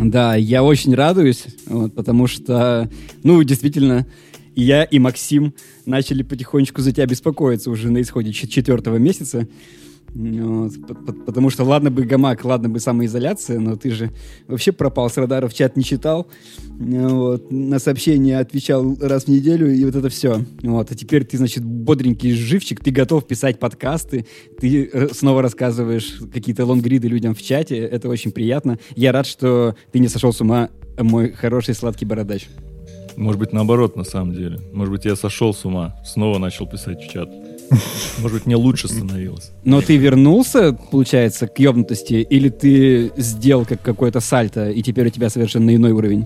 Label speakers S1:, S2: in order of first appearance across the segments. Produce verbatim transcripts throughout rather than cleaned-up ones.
S1: Да, я очень радуюсь, вот, потому что, ну, действительно, и я, и Максим начали потихонечку за тебя беспокоиться уже на исходе четвертого месяца. Вот, потому что ладно бы гамак, ладно бы самоизоляция, но ты же вообще пропал с радаров, чат не читал, вот, на сообщения отвечал раз в неделю, и вот это все. Вот, а теперь ты, значит, бодренький живчик, ты готов писать подкасты, ты снова рассказываешь какие-то лонгриды людям в чате, это очень приятно. Я рад, что ты не сошел с ума, мой хороший сладкий бородач.
S2: Может быть, наоборот, на самом деле. Может быть, я сошел с ума, снова начал писать в чат. Может быть, мне лучше становилось.
S1: Но ты вернулся, получается, к ёбнутости, или ты сделал как какое-то сальто, и теперь у тебя совершенно иной уровень?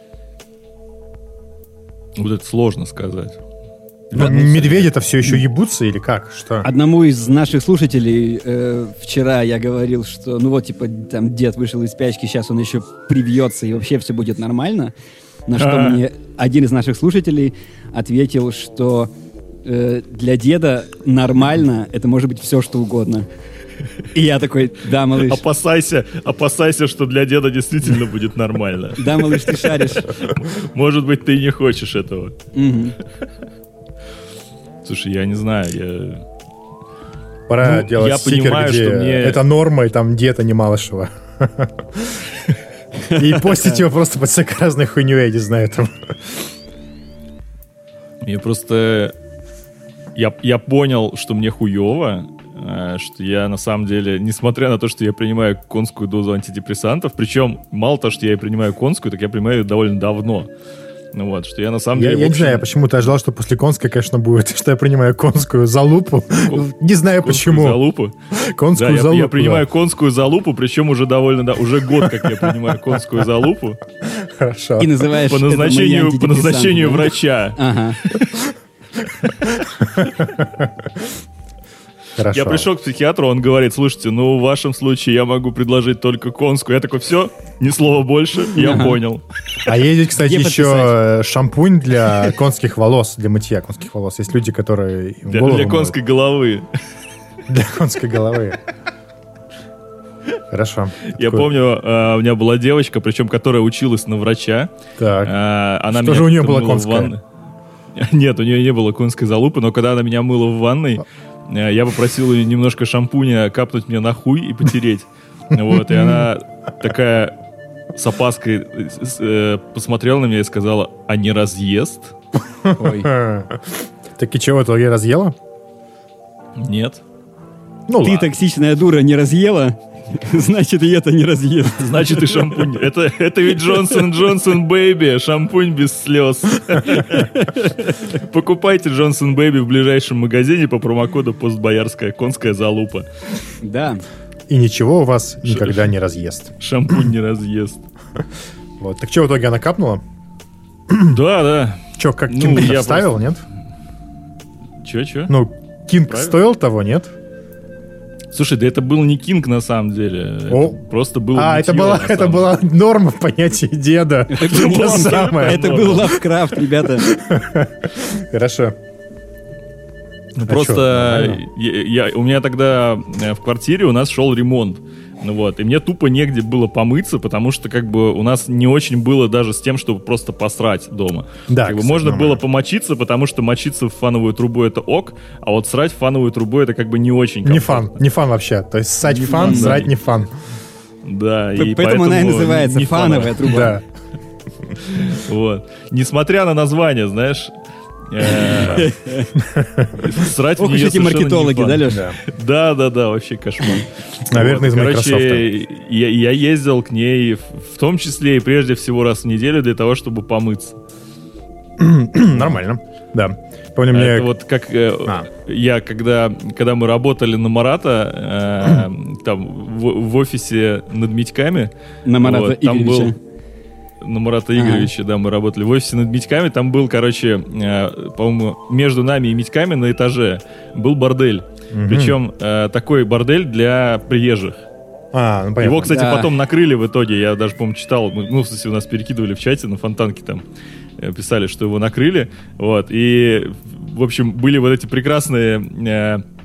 S2: Вот это сложно сказать.
S3: Медведи-то все еще ебутся или как? Что?
S1: Одному из наших слушателей э, вчера я говорил, что ну вот, типа, там дед вышел из спячки, сейчас он еще привьется, и вообще все будет нормально. На что
S2: А-а-а.
S1: мне один из наших слушателей ответил, что э, для деда нормально, это может быть все, что угодно. И я такой, да, малыш.
S2: Опасайся, опасайся, что для деда действительно будет нормально.
S1: Да, малыш, ты шаришь.
S2: Может быть, ты не хочешь этого.
S1: Угу.
S2: Слушай, я не знаю, я...
S3: Пора
S2: ну,
S3: делать
S2: я
S3: стикер,
S2: понимаю,
S3: где
S2: что мне...
S3: это норма, и там диета не Малышева. И постить его просто под всякой разной хуйней, я не знаю. Там.
S2: Мне просто... Я, я понял, что мне хуево, что я на самом деле, несмотря на то, что я принимаю конскую дозу антидепрессантов, причем мало того, что я принимаю конскую, так я принимаю ее довольно давно. Ну вот, что я на самом
S3: я,
S2: деле...
S3: Я
S2: общем...
S3: не знаю, я почему-то ожидал, что после конской, конечно, будет, что я принимаю конскую залупу. Кон... Не знаю
S2: конскую
S3: почему.
S2: Залупу?
S3: Конскую
S2: да,
S3: залупу.
S2: Я, я принимаю
S3: да.
S2: конскую залупу, причем уже довольно... Да, уже год, как я принимаю конскую залупу.
S3: Хорошо.
S1: И называешь
S2: по назначению,
S1: это
S2: по назначению
S1: да?
S2: врача.
S1: Ага.
S3: Хорошо.
S2: Я пришел к психиатру, он говорит, слушайте, ну в вашем случае я могу предложить только конскую. Я такой, все, ни слова больше, я
S1: Ага.
S2: понял.
S3: А есть, кстати,
S1: Где
S3: еще
S1: подписать?
S3: шампунь для конских волос, для мытья конских волос. Есть люди, которые
S2: Для,
S3: голову
S2: для
S3: моют.
S2: конской головы.
S3: Для конской головы. Хорошо.
S2: Я
S3: Такой-
S2: помню, э, у меня была девочка, причем которая училась на врача.
S3: Так.
S2: Э, она
S3: Что
S2: меня
S3: же у нее
S2: как-то
S3: была
S2: мыла в
S3: конская?
S2: ванной. Нет, у нее не было конской залупы, но когда она меня мыла в ванной, э, я попросил ее немножко шампуня капнуть мне на хуй и потереть. Вот, и она такая с опаской э, с- э, посмотрела на меня и сказала, а не разъест?
S1: Ой.
S3: Так и чего, в итоге разъела?
S2: Нет.
S3: Ну
S1: Ты
S3: ладно.
S1: токсичная дура не разъела, значит, и это не разъест.
S2: Значит, и шампунь. Это, это ведь Джонсон Джонсон Бэйби. Шампунь без слез. Покупайте Джонсон Бэйби в ближайшем магазине по промокоду «Постбоярская конская залупа».
S1: Да.
S3: И ничего у вас никогда не разъест.
S2: Шампунь не разъест.
S3: Вот. Так что, в итоге она капнула?
S2: Да, да.
S3: Че, как
S2: Ну,
S3: Кинг
S2: я
S3: вставил, нет?
S2: Че, че?
S3: Ну, Кинг
S2: Правильно.
S3: стоил того, нет?
S2: Слушай, да это был не Кинг на самом деле.
S3: О.
S2: Это просто был
S3: А, это
S2: мытье,
S3: была,
S2: на
S3: это
S2: самом
S3: была норма в понятии деда.
S1: Это
S3: Это
S1: был-
S3: самое.
S1: Это был Лавкрафт, ребята.
S3: Хорошо.
S2: Ну,
S3: А
S2: просто
S3: чё, нормально?
S2: я, я- у меня тогда э, в квартире у нас шел ремонт. Ну вот, и мне тупо негде было помыться, потому что как бы у нас не очень было даже с тем, чтобы просто посрать дома.
S3: Да,
S2: Как бы
S3: кстати,
S2: можно
S3: нормально.
S2: было помочиться, потому что мочиться в фановую трубу это ок, а вот срать в фановую трубу это как бы не очень
S3: Не
S2: комфортно.
S3: фан, не фан вообще. То есть ссать
S2: Не
S3: фан,
S2: фан, да.
S3: срать не фан.
S2: Да, и
S1: Поэтому она и
S2: поэтому
S1: называется
S2: не
S1: фановая труба.
S3: Да.
S2: Вот. Несмотря на название, знаешь, э, срать в
S1: Ох уж
S2: неё
S1: эти
S2: совершенно не
S1: маркетологи,
S2: фан.
S1: да, Леш?
S3: Да.
S2: Да, да, да, вообще кошмар.
S3: Наверное, из
S2: Короче, я, я ездил к ней в, в том числе и прежде всего раз в неделю для того, чтобы помыться.
S3: Нормально. Да. Помню,
S2: А
S3: мне...
S2: Это вот как э,
S3: А.
S2: я, когда, когда мы работали на Марата, э, там в, в офисе над Митьками,
S1: На Марата
S2: вот, там
S1: Игоревича.
S2: был- на Марата Игоревича, да, мы работали в офисе над Митьками, там был, короче, э, по-моему, между нами и Митьками на этаже был бордель.
S3: Мгм.
S2: Причем э, такой бордель для приезжих.
S3: А, ну понятно.
S2: Его, кстати,
S1: Да.
S2: потом накрыли в итоге. Я даже, по-моему, читал. мы- Ну, в смысле, у нас перекидывали в чате на Фонтанке там. э, Писали, что его накрыли. Вот. И, в общем, были вот эти прекрасные э,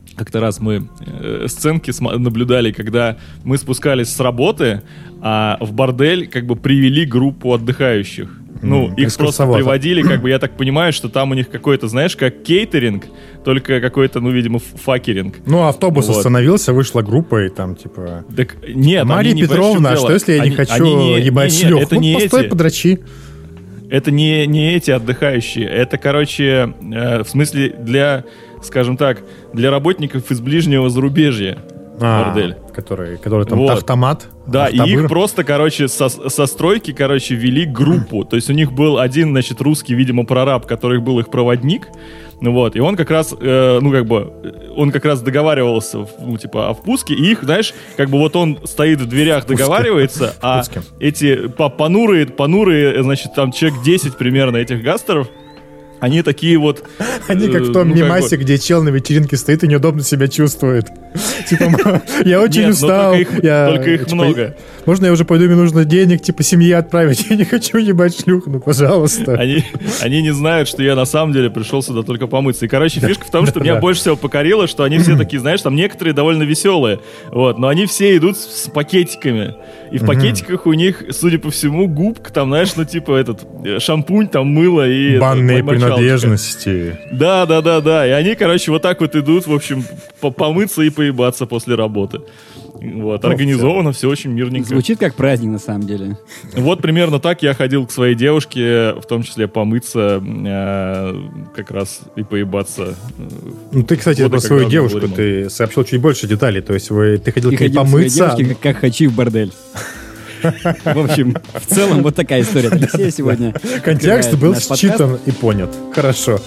S2: как-то раз мы э, сценки см- наблюдали, когда мы спускались с работы, а в бордель как бы привели группу отдыхающих. Ну,
S3: Mm,
S2: их просто приводили, как бы, я так понимаю, что там у них какой-то, знаешь, как кейтеринг, только какой-то, ну, видимо, факеринг.
S3: Ну, автобус
S2: Вот.
S3: остановился, вышла группа, и там, типа...
S2: Так, нет,
S3: Мария
S2: они не,
S3: Петровна,
S2: понимаешь, в чем
S3: что если я
S2: дело?
S3: не хочу
S2: Они не-
S3: ебать
S2: не- не,
S3: шлюх?
S2: это
S3: Ну,
S2: не
S3: постой,
S2: эти.
S3: подрачи.
S2: Это не, не эти отдыхающие, это, короче, э, в смысле для, скажем так, для работников из ближнего зарубежья.
S3: А,
S2: бордель.
S3: который, который там
S2: Вот.
S3: тахтамат.
S2: Да, и
S3: автобыр.
S2: их просто, короче, со, со стройки, короче, вели группу. То есть у них был один, значит, русский, видимо, прораб, который был их проводник. Ну вот, и он как раз, э, ну как бы, он как раз договаривался, в- ну типа, о впуске, и их, знаешь, как бы вот он стоит в дверях, договаривается, а
S3: Впуске.
S2: эти по- понурые, понурые, значит, там человек десять примерно этих гастеров, они такие вот...
S3: Они как
S2: э,
S3: в том
S2: ну, как
S3: мемасе,
S2: бы-
S3: где чел на вечеринке стоит и неудобно себя чувствует. Типа, я очень
S2: Нет, ну,
S3: устал.
S2: только их-
S3: я,
S2: только их
S3: типа,
S2: много.
S3: Можно я уже пойду, мне нужно денег, типа, семье отправить. Я не хочу ебать шлюх, ну, пожалуйста.
S2: Они, они не знают, что я на самом деле пришел сюда только помыться. И, короче, фишка в том, что меня
S3: Да.
S2: больше всего покорило, что они все такие, знаешь, там некоторые довольно веселые, вот, но они все идут с, с пакетиками. И в пакетиках у них, судя по всему, губка, там, знаешь, ну, типа, этот, э, шампунь, там, мыло и...
S3: Банные
S2: это, мочалочка.
S3: принадлежности.
S2: Да, да, да, да. И они, короче, вот так вот идут, в общем, по- помыться и поебаться после работы. Вот,
S3: Ну,
S2: организовано, все очень мирненько.
S1: Звучит как праздник, на самом деле.
S2: Вот примерно так я ходил к своей девушке, в том числе помыться, э, как раз и поебаться.
S3: Ну, ты, кстати,
S2: Года,
S3: про свою
S2: когда
S3: девушку,
S2: был ремонт.
S3: ты сообщил чуть больше деталей. То есть вы, ты ходил
S1: И
S3: к ней
S1: ходил к своей
S3: помыться.
S1: девушке, как, как хачи в бордель. В общем, в целом вот такая история от Алексея сегодня.
S3: Контекст
S1: открывает
S3: был
S1: наш подкаст.
S3: считан и понят. Хорошо.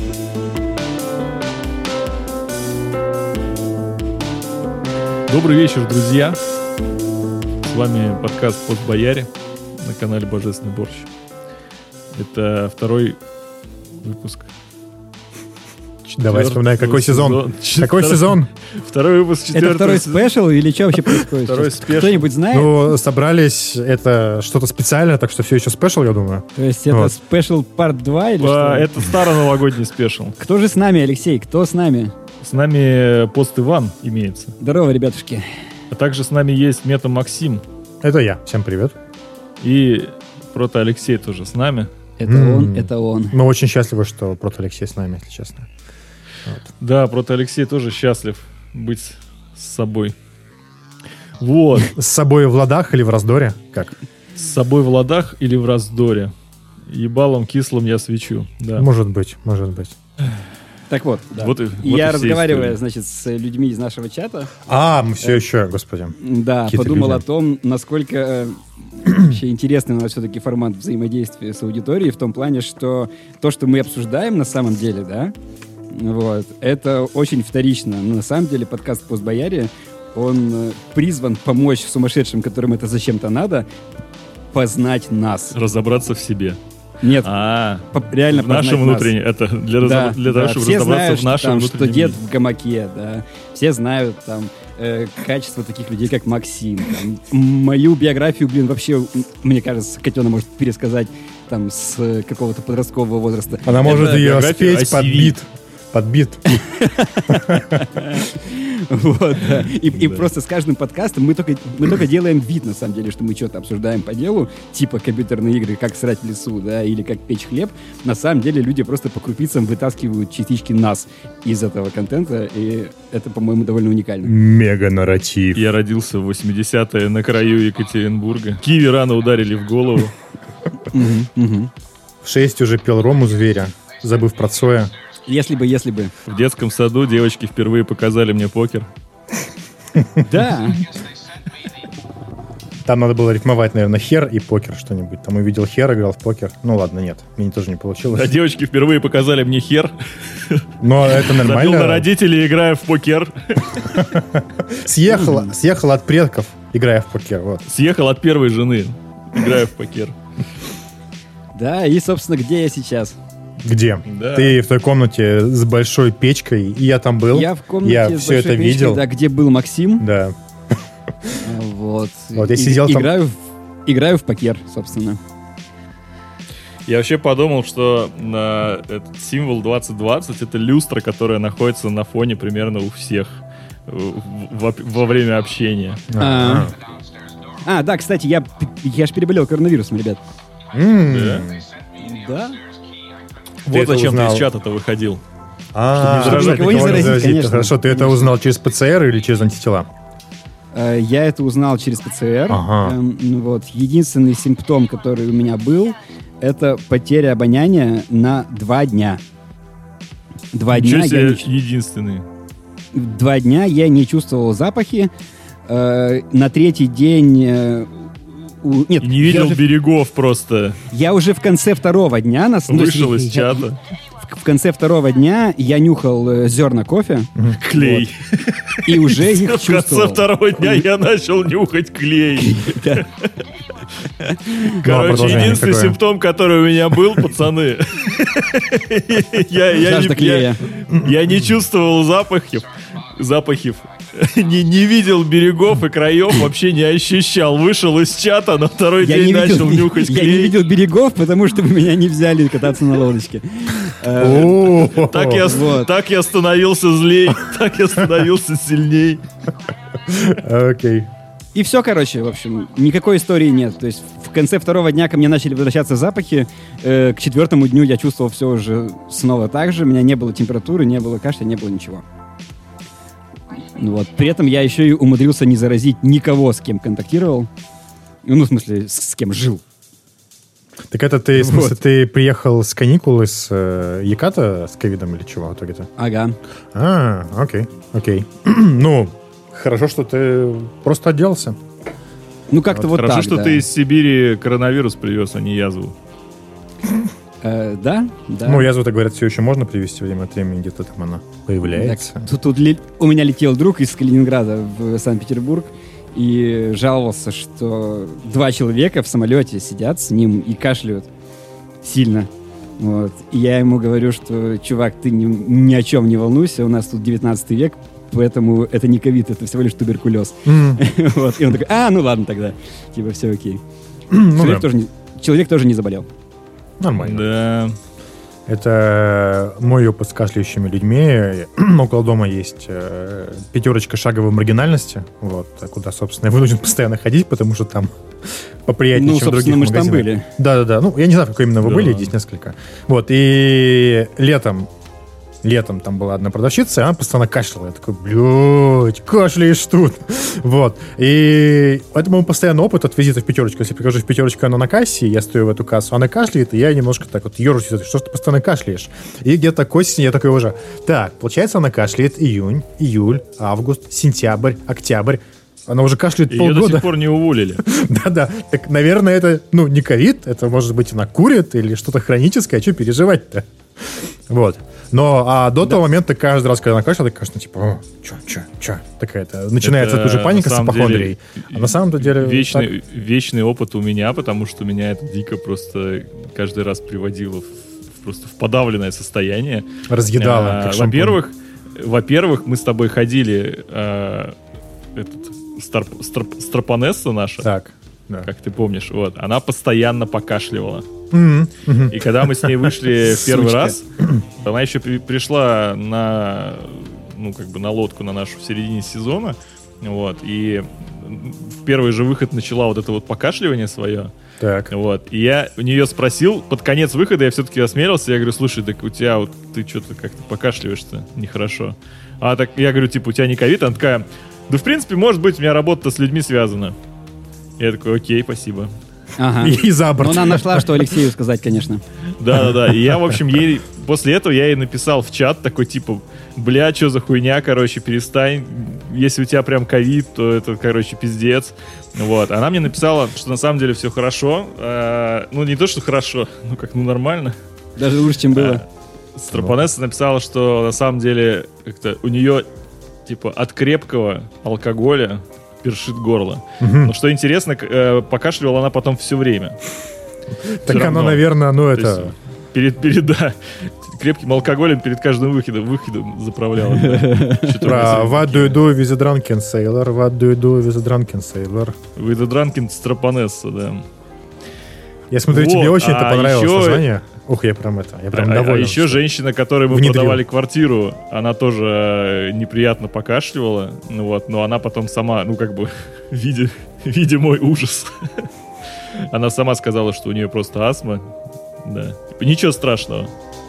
S2: Добрый вечер, друзья. С вами подкаст «Постбояре» на канале «Божественный борщ». Это второй выпуск.
S3: Давай вспоминай, какой сезон?
S2: Четвертый-
S3: Какой сезон?
S2: Второй выпуск
S1: Это
S2: четвертого
S1: второй
S2: сезона.
S1: спешл или что вообще происходит?
S2: Второй
S1: сейчас?
S2: спешл.
S1: Кто-нибудь знает?
S3: Ну, собрались, это что-то специальное, так что все еще спешл, я думаю.
S1: То есть это
S3: вот.
S1: спешл парт два или
S2: А,
S1: что?
S2: Это старо-новогодний спешл.
S1: Кто же с нами, Алексей? Кто с нами?
S2: С нами пост Иван имеется.
S1: Здорово, ребятушки.
S2: А также с нами есть Мета Максим.
S3: Это я. Всем привет.
S2: И Прото Алексей тоже с нами.
S1: Это
S3: М.
S1: он, это он.
S3: Мы очень счастливы, что Прото Алексей с нами, если честно.
S2: Да, Прото Алексей тоже счастлив быть с собой. Вот.
S3: С собой в ладах или в раздоре? Как?
S2: С собой в ладах или в раздоре. Ебалом кислым я свечу. Да.
S3: Может быть, может быть.
S1: Так вот, да.
S2: Вот и-
S1: И
S2: вот и
S1: я
S2: все
S1: разговаривая,
S2: истории.
S1: значит, с людьми из нашего чата,
S3: А, мы все еще, господи.
S1: да,
S3: Какие-то
S1: подумал
S3: люди.
S1: о том, насколько э, вообще интересный у нас все-таки формат взаимодействия с аудиторией, в том плане, что то, что мы обсуждаем на самом деле, да, вот, это очень вторично. Но на самом деле подкаст «Постбояре», он э, призван помочь сумасшедшим, которым это зачем-то надо, познать нас.
S2: Разобраться в себе.
S1: Нет,
S2: А,
S1: по- реально
S2: в нашем
S1: познать нас.
S2: внутреннем. Это для, разоб-
S1: Да,
S2: для того,
S1: да.
S2: чтобы
S1: Все
S2: разобраться
S1: знают,
S2: в нашем
S1: что, там, что
S2: внутреннем
S1: дед
S2: мире.
S1: в гамаке, да. Все знают там э, качество таких людей, как Максим. Там, мою биографию, блин, вообще, м, мне кажется, Котена может пересказать там с э, какого-то подросткового возраста.
S3: Она может
S2: Это
S3: ее
S2: биография
S3: спеть
S2: о
S3: под
S2: си ви.
S3: бит. Под бит.
S1: Вот, да. И, и
S2: Да.
S1: просто с каждым подкастом мы только, мы только делаем вид, на самом деле, что мы что-то обсуждаем по делу, типа компьютерные игры, как срать в лесу, да, или как печь хлеб. На самом деле люди просто по крупицам вытаскивают частички нас из этого контента, и это, по-моему, довольно уникально.
S3: Мега-нарратив.
S2: Я родился в восьмидесятые на краю Екатеринбурга. Киви рано ударили в голову.
S1: Мгм, мгм.
S3: В шесть уже пел Рому Зверя, забыв про Цоя.
S1: Если бы, если бы.
S2: В детском саду девочки впервые показали мне покер.
S1: Да.
S3: Там надо было рифмовать, наверное, хер и покер что-нибудь. Там увидел хер, играл в покер. Ну ладно, нет, мне тоже не
S2: А
S3: получилось.
S2: девочки впервые показали мне хер.
S3: Но это
S2: Забил на
S3: нормально.
S2: родителей, играя в покер.
S3: Съехала, съехала от предков, играя в покер. Вот.
S2: Съехал от первой жены, играя в покер.
S1: Да, и, собственно, где я сейчас?
S3: Где?
S2: Да.
S3: Ты в той комнате с большой печкой, и я там был.
S1: Я в комнате
S3: Я
S1: с
S3: все
S1: большой
S3: это
S1: печкой,
S3: видел.
S1: да, где был Максим.
S3: Да.
S1: А, Вот.
S3: Вот я
S1: И-
S3: сидел там-
S1: играю, в, играю в покер, собственно.
S2: Я вообще подумал, что на этот символ двадцать двадцать это люстра, которая находится на фоне примерно у всех во, во время общения.
S1: А, а, да, кстати, я, я же переболел коронавирусом, ребят.
S2: Да?
S1: Да?
S2: Вот зачем ты из чата-то выходил.
S3: А,
S1: Чтобы никого не заразить, конечно.
S3: Хорошо, ты это узнал через ПЦР или через антитела?
S1: Я это узнал через ПЦР.
S3: Ага.
S1: Вот. Единственный симптом, который у меня был, это потеря обоняния на два дня. Два
S2: Ничего
S1: дня
S2: себе,
S1: я не...
S2: единственный.
S1: Два дня я не чувствовал запахи. На третий день... У... Нет,
S2: И не видел
S1: уже...
S2: берегов просто.
S1: Я уже в конце второго дня... Нас...
S2: Вышел из
S1: я...
S2: чата.
S1: В конце второго дня я нюхал э, зерна кофе.
S2: Клей.
S1: Вот, и уже их чувствовал.
S2: В конце второго дня я начал нюхать клей. Короче, единственный симптом, который у меня был, пацаны, я не чувствовал запахов, запахов. Не, не видел берегов и краев, вообще не ощущал. Вышел из чата, на второй я день начал видел, нюхать
S1: я,
S2: клей.
S1: Я не видел берегов, потому что меня не взяли кататься на лодочке.
S2: Так я, вот. так я становился злей, так я становился сильней.
S3: Окей. Okay.
S1: И все, короче, в общем, никакой истории нет. То есть в конце второго дня ко мне начали возвращаться запахи. Э, к четвертому дню я чувствовал все уже снова так же. У меня не было температуры, не было кашля, не было ничего. Ну вот. При этом я еще и умудрился не заразить никого, с кем контактировал. Ну, в смысле, с, с кем жил.
S3: Так это ты, в смысле, вот. Ты приехал с каникулы с э, Еката с ковидом или чего в итоге-то?
S1: Ага.
S3: А, окей, окей. Ну, хорошо, что ты просто отделался.
S1: Ну, как-то вот, вот
S2: хорошо,
S1: так,
S2: что
S1: да.
S2: ты из Сибири коронавирус привез, а не язву.
S1: Э, да, да.
S3: Ну, язву-то, говорят, все еще можно привезти время от времени, где-то там она появляется.
S1: Так, тут, тут ли, у меня летел друг из Калининграда в Санкт-Петербург и жаловался, что два человека в самолете сидят с ним и кашляют сильно. Вот. И я ему говорю, что, чувак, ты ни, ни о чем не волнуйся, у нас тут девятнадцатый век, поэтому это не ковид, это всего лишь туберкулез. Mm. Вот. И он такой, а, ну ладно тогда. Типа, все окей.
S3: Ну,
S1: человек,
S3: да.
S1: тоже не, человек тоже не заболел.
S3: Нормально.
S2: Да.
S3: Это мой опыт с кашляющими людьми. Около дома есть э, пятерочка шаговой маргинальности, вот, куда, собственно, я вынужден постоянно ходить, потому что там поприятнее,
S1: ну,
S3: чем в других
S1: мы же
S3: магазинах.
S1: там были.
S3: Да-да-да. Ну, я не знаю, какой именно вы
S2: да.
S3: были, здесь несколько. Вот, и летом Летом там была одна продавщица, и она постоянно кашляла. Я такой, блядь, кашляешь тут. Вот. И это мой постоянный опыт от визита в пятерочку. Если я прихожу в пятерочку, она на кассе, я стою в эту кассу, она кашляет, и я немножко так вот ержусь. Что ж ты постоянно кашляешь? И где-то к осени я такой уже, так, получается, она кашляет июнь, июль, август, сентябрь, октябрь. Она уже кашляет
S2: Ее
S3: полгода.
S2: до сих пор не уволили.
S3: Да-да. Так, наверное, это, ну, не ковид, это, может быть, она курит или что-то хроническое, а что переживать-то? Вот. Но а до да. того момента, каждый раз, когда она кашляет, ты кажется, типа, чё, чё, чё? Такая-то. Начинается это, тут же паника с апохондрией. А на самом деле...
S2: Вечный, так... вечный опыт у меня, потому что меня это дико просто каждый раз приводило в, в, просто в подавленное состояние.
S3: Разъедало.
S2: А, во-первых, во-первых, мы с тобой ходили... А, этот, Старп, Старп, Стропонесса наша,
S3: так, да.
S2: как ты помнишь, вот, она постоянно покашливала.
S3: Mm-hmm. Mm-hmm.
S2: И когда мы с ней вышли в первый раз, она еще при, пришла на, ну, как бы на лодку на нашу в середине сезона, вот, и в первый же выход начала вот это вот покашливание свое.
S3: Так.
S2: Вот, и я у нее спросил, под конец выхода я все-таки осмелился, я говорю, слушай, так у тебя вот, ты что-то как-то покашливаешь-то нехорошо. А так, я говорю, типа, у тебя не ковид? Она такая... Да, в принципе, может быть, у меня работа с людьми связана. Я такой, окей, спасибо.
S1: Ага.
S3: И за борт.
S1: Но она нашла, что Алексею сказать, конечно.
S2: Да-да-да. И я, в общем, ей... После этого я ей написал в чат такой, типа, бля, что за хуйня, короче, перестань. Если у тебя прям ковид, то это, короче, пиздец. Вот. Она мне написала, что на самом деле все хорошо. А, ну, не то, что хорошо, ну, как, ну, нормально.
S1: Даже лучше, чем было.
S2: А, Стропонесса написала, что на самом деле как-то у нее... типа от крепкого алкоголя першит горло.
S3: Угу.
S2: Но что интересно, э, покашливала она потом все время.
S3: Так все она, равно. Наверное, ну это...
S2: есть, перед, перед, да, крепким алкоголем перед каждым выходом, выходом заправляла.
S3: Про what do you do with a drunken sailor? What do you do with a drunken sailor?
S2: With a drunken Стропонесса, да.
S3: Я смотрю,
S2: Вот,
S3: тебе очень это
S2: а
S3: понравилось
S2: еще-
S3: название. Ух, я прям это, я прям
S2: А, а
S3: доволен.
S2: еще
S3: что-
S2: женщина, которой мы
S3: внедрил.
S2: продавали квартиру, она тоже э, неприятно покашливала, ну вот, но она потом сама, ну как бы, видя, видя мой ужас, она сама сказала, что у нее просто астма, да, типа ничего страшного.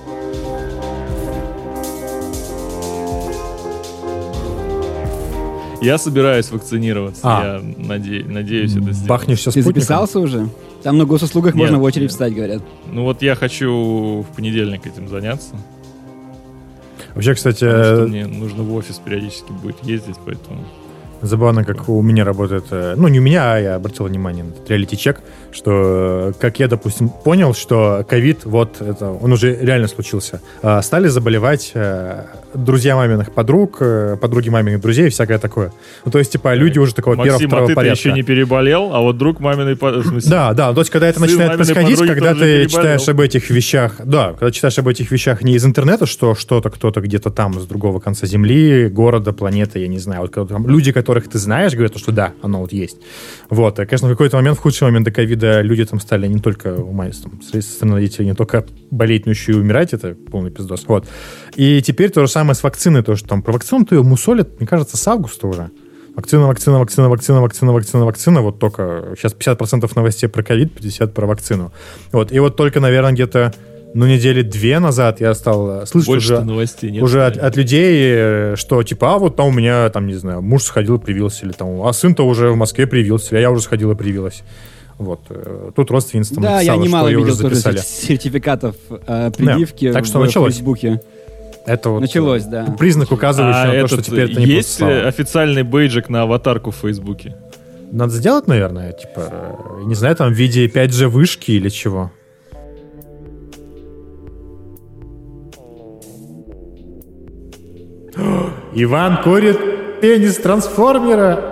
S2: Я собираюсь вакцинироваться,
S3: А.
S2: я наде- надеюсь это сделать.
S3: Бахнешься
S1: Ты
S3: спутником?
S1: записался уже? Там на госуслугах
S2: Нет,
S1: можно в очередь
S2: нет.
S1: встать, говорят.
S2: Ну вот я хочу в понедельник этим заняться,
S3: Вообще, кстати,
S2: потому что
S3: э,
S2: мне нужно в офис периодически будет ездить, поэтому...
S3: забавно, как у меня работает, э, ну, не у меня, а я обратил внимание на этот реалити-чек, что, э, как я, допустим, понял, что ковид, вот, это, он уже реально случился. А, Стали заболевать э, друзья маминых подруг, э, подруги маминых друзей и всякое такое. Ну, то есть, типа, люди уже такого
S2: Максим,
S3: первого-второго
S2: а ты
S3: порядка.
S2: еще не переболел, а вот друг маминой... по- в смысле,
S3: Да, да, то есть, когда это
S2: Сын
S3: начинает
S2: маминой
S3: происходить,
S2: подруги
S3: когда
S2: тоже
S3: ты
S2: переболел.
S3: читаешь об этих вещах, да, когда читаешь об этих вещах не из интернета, что что-то кто-то где-то там с другого конца земли, города, планеты, я не знаю, вот когда там люди, которых ты знаешь, говорят, что да, оно вот есть. Вот, и, конечно, в какой-то момент, в худший момент до ковида люди там стали не только умирать, там, со стороны родителей, не только болеть, но еще и умирать, это полный пиздос. Вот. И теперь то же самое с вакциной, то, что там про вакцину-то ее мусолят, мне кажется, с августа уже. Вакцина, вакцина, вакцина, вакцина, вакцина, вакцина, вакцина. Вот только сейчас пятьдесят процентов новостей про ковид, пятьдесят процентов про вакцину. Вот. И вот только, наверное, где-то ну, недели две назад я стал слышать
S2: больше
S3: уже,
S2: новостей нет.
S3: уже от, от людей, э, что типа, а вот там у меня, там, не знаю, муж сходил и привился, или там, а сын-то уже в Москве привился, а я уже сходила и привилась. Вот. э, Тут родственница там
S1: Да, я
S3: написала,
S1: немало
S3: что ее
S1: видел
S3: уже
S1: тоже
S3: записали.
S1: этих сертификатов э, прививки
S3: Так что
S1: в
S3: началось.
S1: Фейсбуке.
S3: Это вот
S1: Началось, да.
S3: признак, указывающий
S2: А
S3: на то,
S2: этот,
S3: что теперь это не
S2: есть
S3: просто слава.
S2: э, официальный бейджик на аватарку в Фейсбуке?
S3: Надо сделать, наверное, типа, э, не знаю, там в виде пять джи вышки или чего. Иван курит пенис трансформера.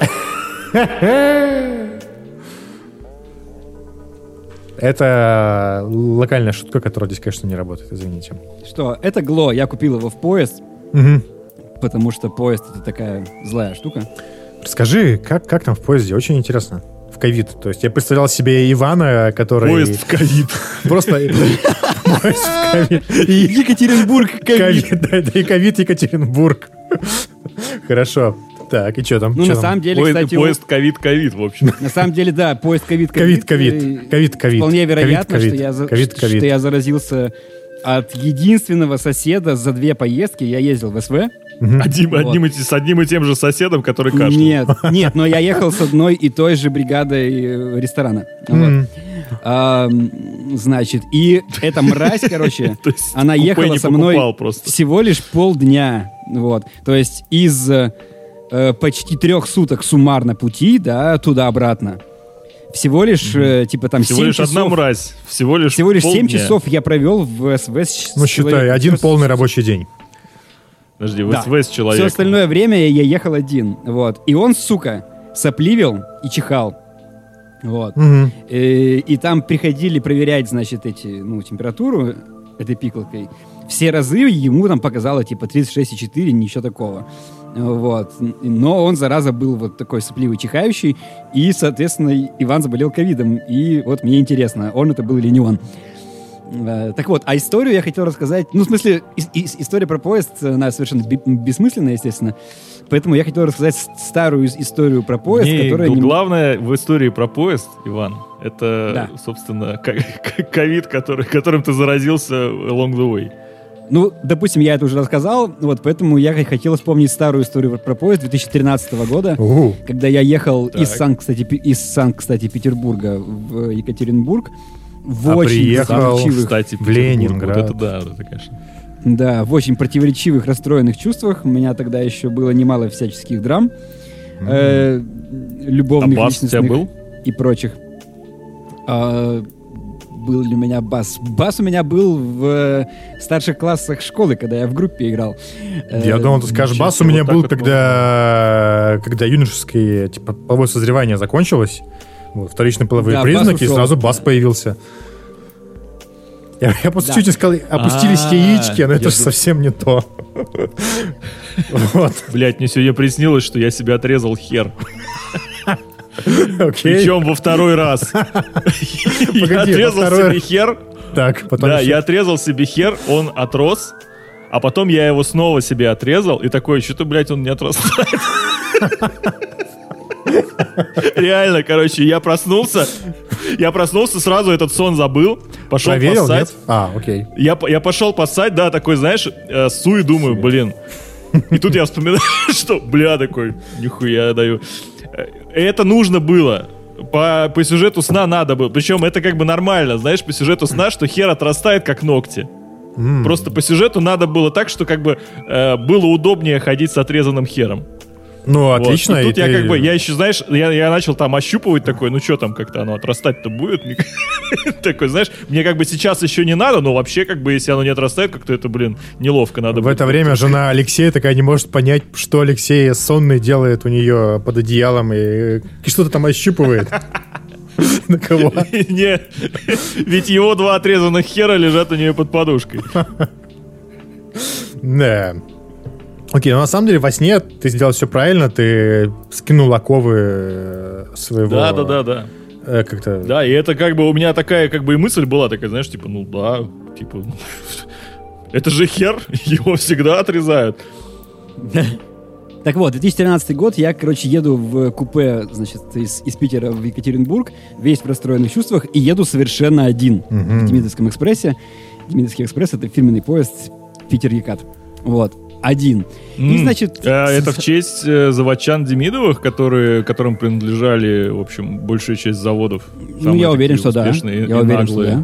S3: Это локальная шутка, которая здесь, конечно, не работает, извините.
S1: Что, это Гло, я купил его в поезд,
S3: Мгм.
S1: потому что поезд это такая злая штука.
S3: Расскажи, как, как там в поезде? Очень интересно. В ковид. То есть я представлял себе Ивана, который...
S2: Поезд в ковид.
S3: Просто поезд в ковид. И
S1: Екатеринбург, ковид.
S3: ковид, да, это и ковид Екатеринбург. Хорошо. Так, и что там?
S1: Ну,
S3: Чё
S1: на
S3: там?
S1: самом деле,
S2: Поезд,
S1: кстати,
S2: поезд ковид-ковид, в общем.
S1: на самом деле, да, поезд ковид,
S3: Ковид, ковид,
S1: э,
S3: ковид, ковид.
S1: Вполне вероятно,
S3: Ковид,
S1: что, я за-
S3: ковид, ковид.
S1: что я заразился от единственного соседа за две поездки. Я ездил в СВ.
S3: Мгм.
S2: Одним,
S1: Вот.
S2: одним и, с одним и тем же соседом, который кашлял.
S1: Нет, нет, но я ехал с одной и той же бригадой э, ресторана. Вот.
S3: М.
S1: А, м, значит, и эта мразь, короче,
S2: То есть
S1: она
S2: купе
S1: ехала
S2: не
S1: со мной
S2: покупал просто.
S1: всего лишь полдня. Вот. То есть из э, почти трех суток суммарно пути, да, туда-обратно. Всего лишь, э, типа, там
S2: Всего
S1: семь
S2: лишь одна
S1: часов.
S2: мразь. Всего лишь
S1: Всего лишь семь
S2: полдня.
S1: часов я провел в СВ с
S3: Ну,
S1: с
S3: считай,
S1: человеком.
S3: один
S1: Всё-
S3: полный рабочий день.
S2: Подожди, в
S1: Да.
S2: СВ с
S1: Все
S2: человеком.
S1: остальное время я ехал один. Вот. И он, сука, сопливил и чихал. Вот.
S3: Мгм.
S1: Э, И там приходили проверять, значит, эти, ну, температуру этой пикалкой. Все разы ему там показало, типа, тридцать шесть и четыре, ничего такого. Вот. Но он, зараза, был вот такой сопливый, чихающий. И, соответственно, Иван заболел ковидом. И вот мне интересно, он это был или не он. Э, Так вот, а историю я хотел рассказать. Ну, в смысле, ис- ис- история про поезд, она совершенно бе- бессмысленная, естественно. Поэтому я хотел рассказать с- старую ис- историю про поезд,
S2: Не,
S1: которая...
S2: г-
S1: не-
S2: Главное в истории про поезд, Иван, это,
S1: Да.
S2: собственно, ко- к- ковид, который, которым ты заразился along the way.
S1: Ну, допустим, я это уже рассказал, вот, поэтому я х- хотел вспомнить старую историю про поезд две тысячи тринадцатого года,
S3: Угу.
S1: когда я ехал
S2: Так.
S1: из Сан, кстати, Пе- из Сан, кстати, Петербурга в Екатеринбург в
S3: А
S1: очень
S3: приехал
S1: противоречивых,
S2: Кстати,
S3: в
S2: Петербург,
S3: Ленинград.
S2: Вот это да, вот это, конечно.
S1: да, в очень противоречивых, расстроенных чувствах. У меня тогда еще было немало всяческих драм, э, любовных,
S2: А бас у тебя
S1: личностных
S2: был?
S1: и прочих. А, был ли у меня бас? Бас у меня был в э, старших классах школы, когда я в группе играл.
S3: Я
S1: Э,
S3: думал, ты скажешь,
S2: ничего
S3: бас у
S2: себе,
S3: меня
S2: вот так
S3: был,
S2: вот
S3: когда, когда юношеское, типа, половое созревание закончилось. Вот, вторичные половые
S1: Да,
S3: признаки,
S1: бас
S3: и
S1: ушел.
S3: сразу бас появился. Я, я просто
S1: Да.
S3: чуть искал, опустились
S2: А,
S3: яички, но это
S2: я
S3: же
S2: ду-
S3: совсем не то. Вот.
S2: Блять, мне сегодня приснилось, что я себе отрезал хер.
S3: Окей.
S2: Причем во второй раз. Я
S3: Погоди, во
S2: отрезал
S3: второй-
S2: себе хер.
S3: Так, потом
S2: Да,
S3: еще.
S2: я отрезал себе хер, он отрос. А потом я его снова себе отрезал. И такой, что-то, блядь, он не отрастает. Реально, короче, я проснулся. Я проснулся, сразу этот сон забыл. Пошел
S3: Проверил,
S2: поссать.
S3: нет? А, окей.
S2: Я, по- я пошел поссать, да, такой, знаешь, э, су и думаю, блин. И тут я вспоминаю, что, бля, такой, нихуя даю. Э, Это нужно было. По, по сюжету сна надо было. Причем это как бы нормально, знаешь, по сюжету сна, что хер отрастает, как ногти.
S3: М.
S2: Просто по сюжету надо было так, что как бы э, было удобнее ходить с отрезанным хером.
S3: Ну,
S2: Вот.
S3: отлично.
S2: И тут
S3: и
S2: я
S3: ты-
S2: как бы, я еще, знаешь, я, я начал там ощупывать такой, ну что там как-то оно отрастать-то будет? Такой, знаешь, мне как бы сейчас еще не надо, но вообще как бы, если оно не отрастает, как-то это, блин, неловко надо
S3: В
S2: будет.
S3: это время жена Алексея такая не может понять, что Алексей сонный делает у нее под одеялом и и что-то там ощупывает. На кого?
S2: Не, ведь его два отрезанных хера лежат у нее под подушкой.
S3: Да. Окей, ну на самом деле во сне ты сделал все правильно, ты скинул оковы э, своего...
S2: Да, да, да, да.
S3: э, Как-то...
S2: Да, и это как бы у меня такая как бы и мысль была такая, знаешь, типа, ну да, типа, это же хер, его всегда отрезают.
S1: Так вот, две тысячи тринадцатый год, я, короче, еду в купе, значит, из, из Питера в Екатеринбург, весь в расстроенных чувствах, и еду совершенно один
S3: Мгм.
S1: в Демидовском экспрессе. Демидовский экспресс — это фирменный поезд Питер-Екат. Вот, один. И,
S2: М,
S1: значит...
S2: а
S1: с-
S2: это в честь э, заводчан Демидовых, которые, которым принадлежали, в общем, большая часть заводов.
S1: Ну,
S2: Самые
S1: я уверен,
S2: такие
S1: что да.
S2: успешные и
S1: Я уверен, что
S2: наглые.
S1: да.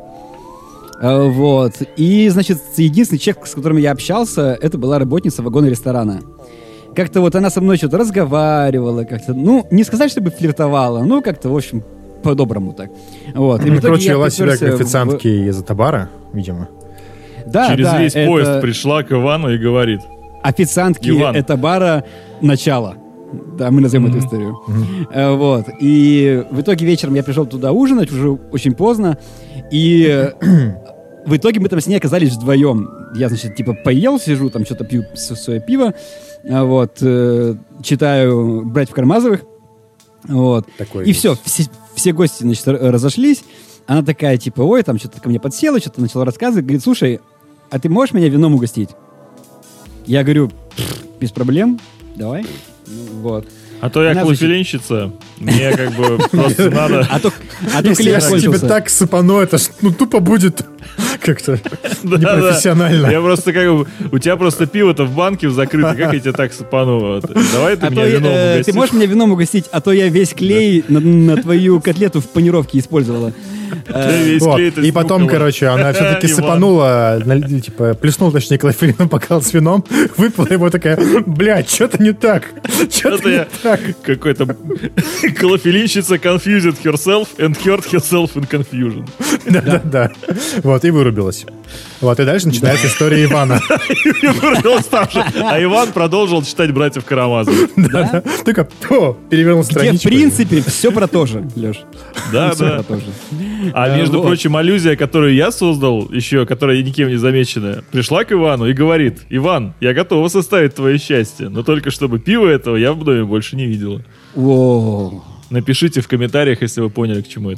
S1: А, Вот. И, значит, единственный человек, с которым я общался, это была работница вагона ресторана. Как-то вот она со мной что-то разговаривала, как-то, ну, не сказать, чтобы флиртовала, но как-то, в общем, по-доброму так. Вот. И в
S3: Ну,
S1: итоге
S3: короче,
S1: я
S3: вела себя как
S1: приперся в-
S3: официантки из Атабара, видимо.
S1: Да,
S2: Через
S1: да,
S2: весь
S1: это
S2: поезд пришла к Ивану и говорит.
S1: официантки
S2: Иван.
S1: это бара начало. Да, мы назовем эту историю. Э, Вот. И в итоге вечером я пришел туда ужинать, уже очень поздно. И э, в итоге мы там с ней оказались вдвоем. Я, значит, типа поел, сижу, там что-то пью с- свое пиво. А Вот. э, Читаю «Братьев Карамазовых». Вот.
S3: Такой
S1: И все, все, все гости, значит, р- разошлись. Она такая, типа, ой, там что-то ко мне подсела, что-то начала рассказывать. Говорит, слушай, а ты можешь меня вином угостить? Я говорю, «Пф, без проблем, давай. Ну, вот.
S2: А то я
S1: Она
S2: клофелинщица, мне как бы просто надо...
S1: А то, а то
S3: Если
S1: клей
S3: я тебе
S1: кончился.
S3: так сыпану, это ж, ну тупо будет как-то
S2: Да,
S3: непрофессионально.
S2: да. Я просто как бы... У тебя просто пиво-то в банке закрыто, как я тебя так сыпану? Вот. Давай ты
S1: А
S2: меня
S1: то я-
S2: вином
S1: э,
S2: угостишь.
S1: ты можешь меня вином угостить, а то я весь клей на, на твою котлету в панировке использовала. Э,
S2: Весь
S3: Вот.
S2: клей ты
S3: И потом,
S2: стукала.
S3: короче, она все-таки
S2: Иван.
S3: сыпанула, нали- типа, плеснула, точнее, клофелином бокал с вином, выпила его такая, блядь, что-то не так, что-то
S2: Это
S3: не
S2: я
S3: так.
S2: какой-то клофелинщица confused herself and hurt herself in confusion.
S3: Да-да-да. Вот, и вырубилась. Вот, и дальше начинается история Ивана.
S2: И вырвалась там же. А Иван продолжил читать «Братьев Карамазовых».
S3: Да-да. Только, о, перевернул
S1: Где, в
S3: страничку.
S1: принципе, все про то же, Леш.
S2: Да,
S1: Все
S2: да.
S1: про то же.
S2: А
S1: Э,
S2: между
S1: вот.
S2: прочим, аллюзия, которую я создал, еще, которая никем не замеченная, пришла к Ивану и говорит: Иван, я готова составить твое счастье, но только чтобы пива этого я в доме больше не видела.
S1: Воу.
S2: Напишите в комментариях, если вы поняли, к чему это.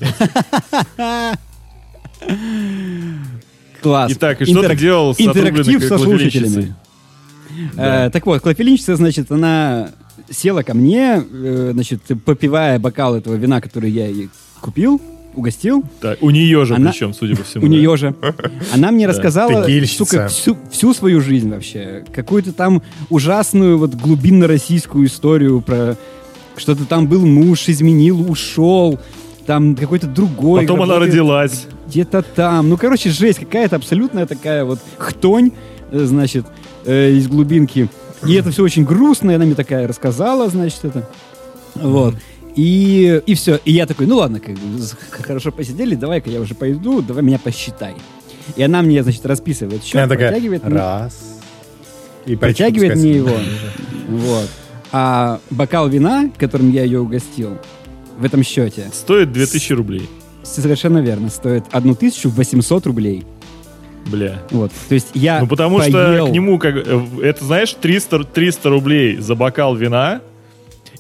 S1: Класс.
S2: Итак, и что ты
S1: Интерак-
S2: делал с
S1: Интерактив
S2: отрубленной
S1: со слушателями.
S2: клофелинщицей?
S1: Э, так вот, клофелинщица, значит, она села ко мне, э, значит, попивая бокал этого вина, который я ей купил, угостил.
S2: Так, у нее же,
S1: Она-
S2: причем, судя по всему.
S1: У
S2: да.
S1: нее же. Она мне рассказала,
S3: Текильщица.
S1: сука, всю, всю свою жизнь вообще. Какую-то там ужасную, вот, глубинно-российскую историю про что-то там был муж, изменил, ушел. Там какой-то другой.
S2: Потом она
S1: работает
S2: родилась.
S1: Где-то там. Ну, короче, жесть. Какая-то абсолютная такая вот хтонь, э, значит, э, из глубинки. И это все очень грустно. И она мне такая рассказала, значит, это. Вот. И, и все. И я такой, ну ладно, как бы, з- хорошо посидели, давай-ка я уже пойду, давай меня посчитай. И она мне, значит, расписывает счет,
S3: Она такая,
S1: протягивает, мне-
S3: раз. И
S1: протягивает
S3: пальчик
S1: мне
S3: опускается.
S1: его. Вот. А бокал вина, которым я ее угостил, в этом счете,
S2: Стоит две тысячи рублей.
S1: совершенно верно, стоит тысячу восемьсот рублей.
S2: Бля.
S1: Вот. То есть я
S2: Ну, потому
S1: поел...
S2: что к нему, как, э, это, знаешь, триста, триста рублей за бокал вина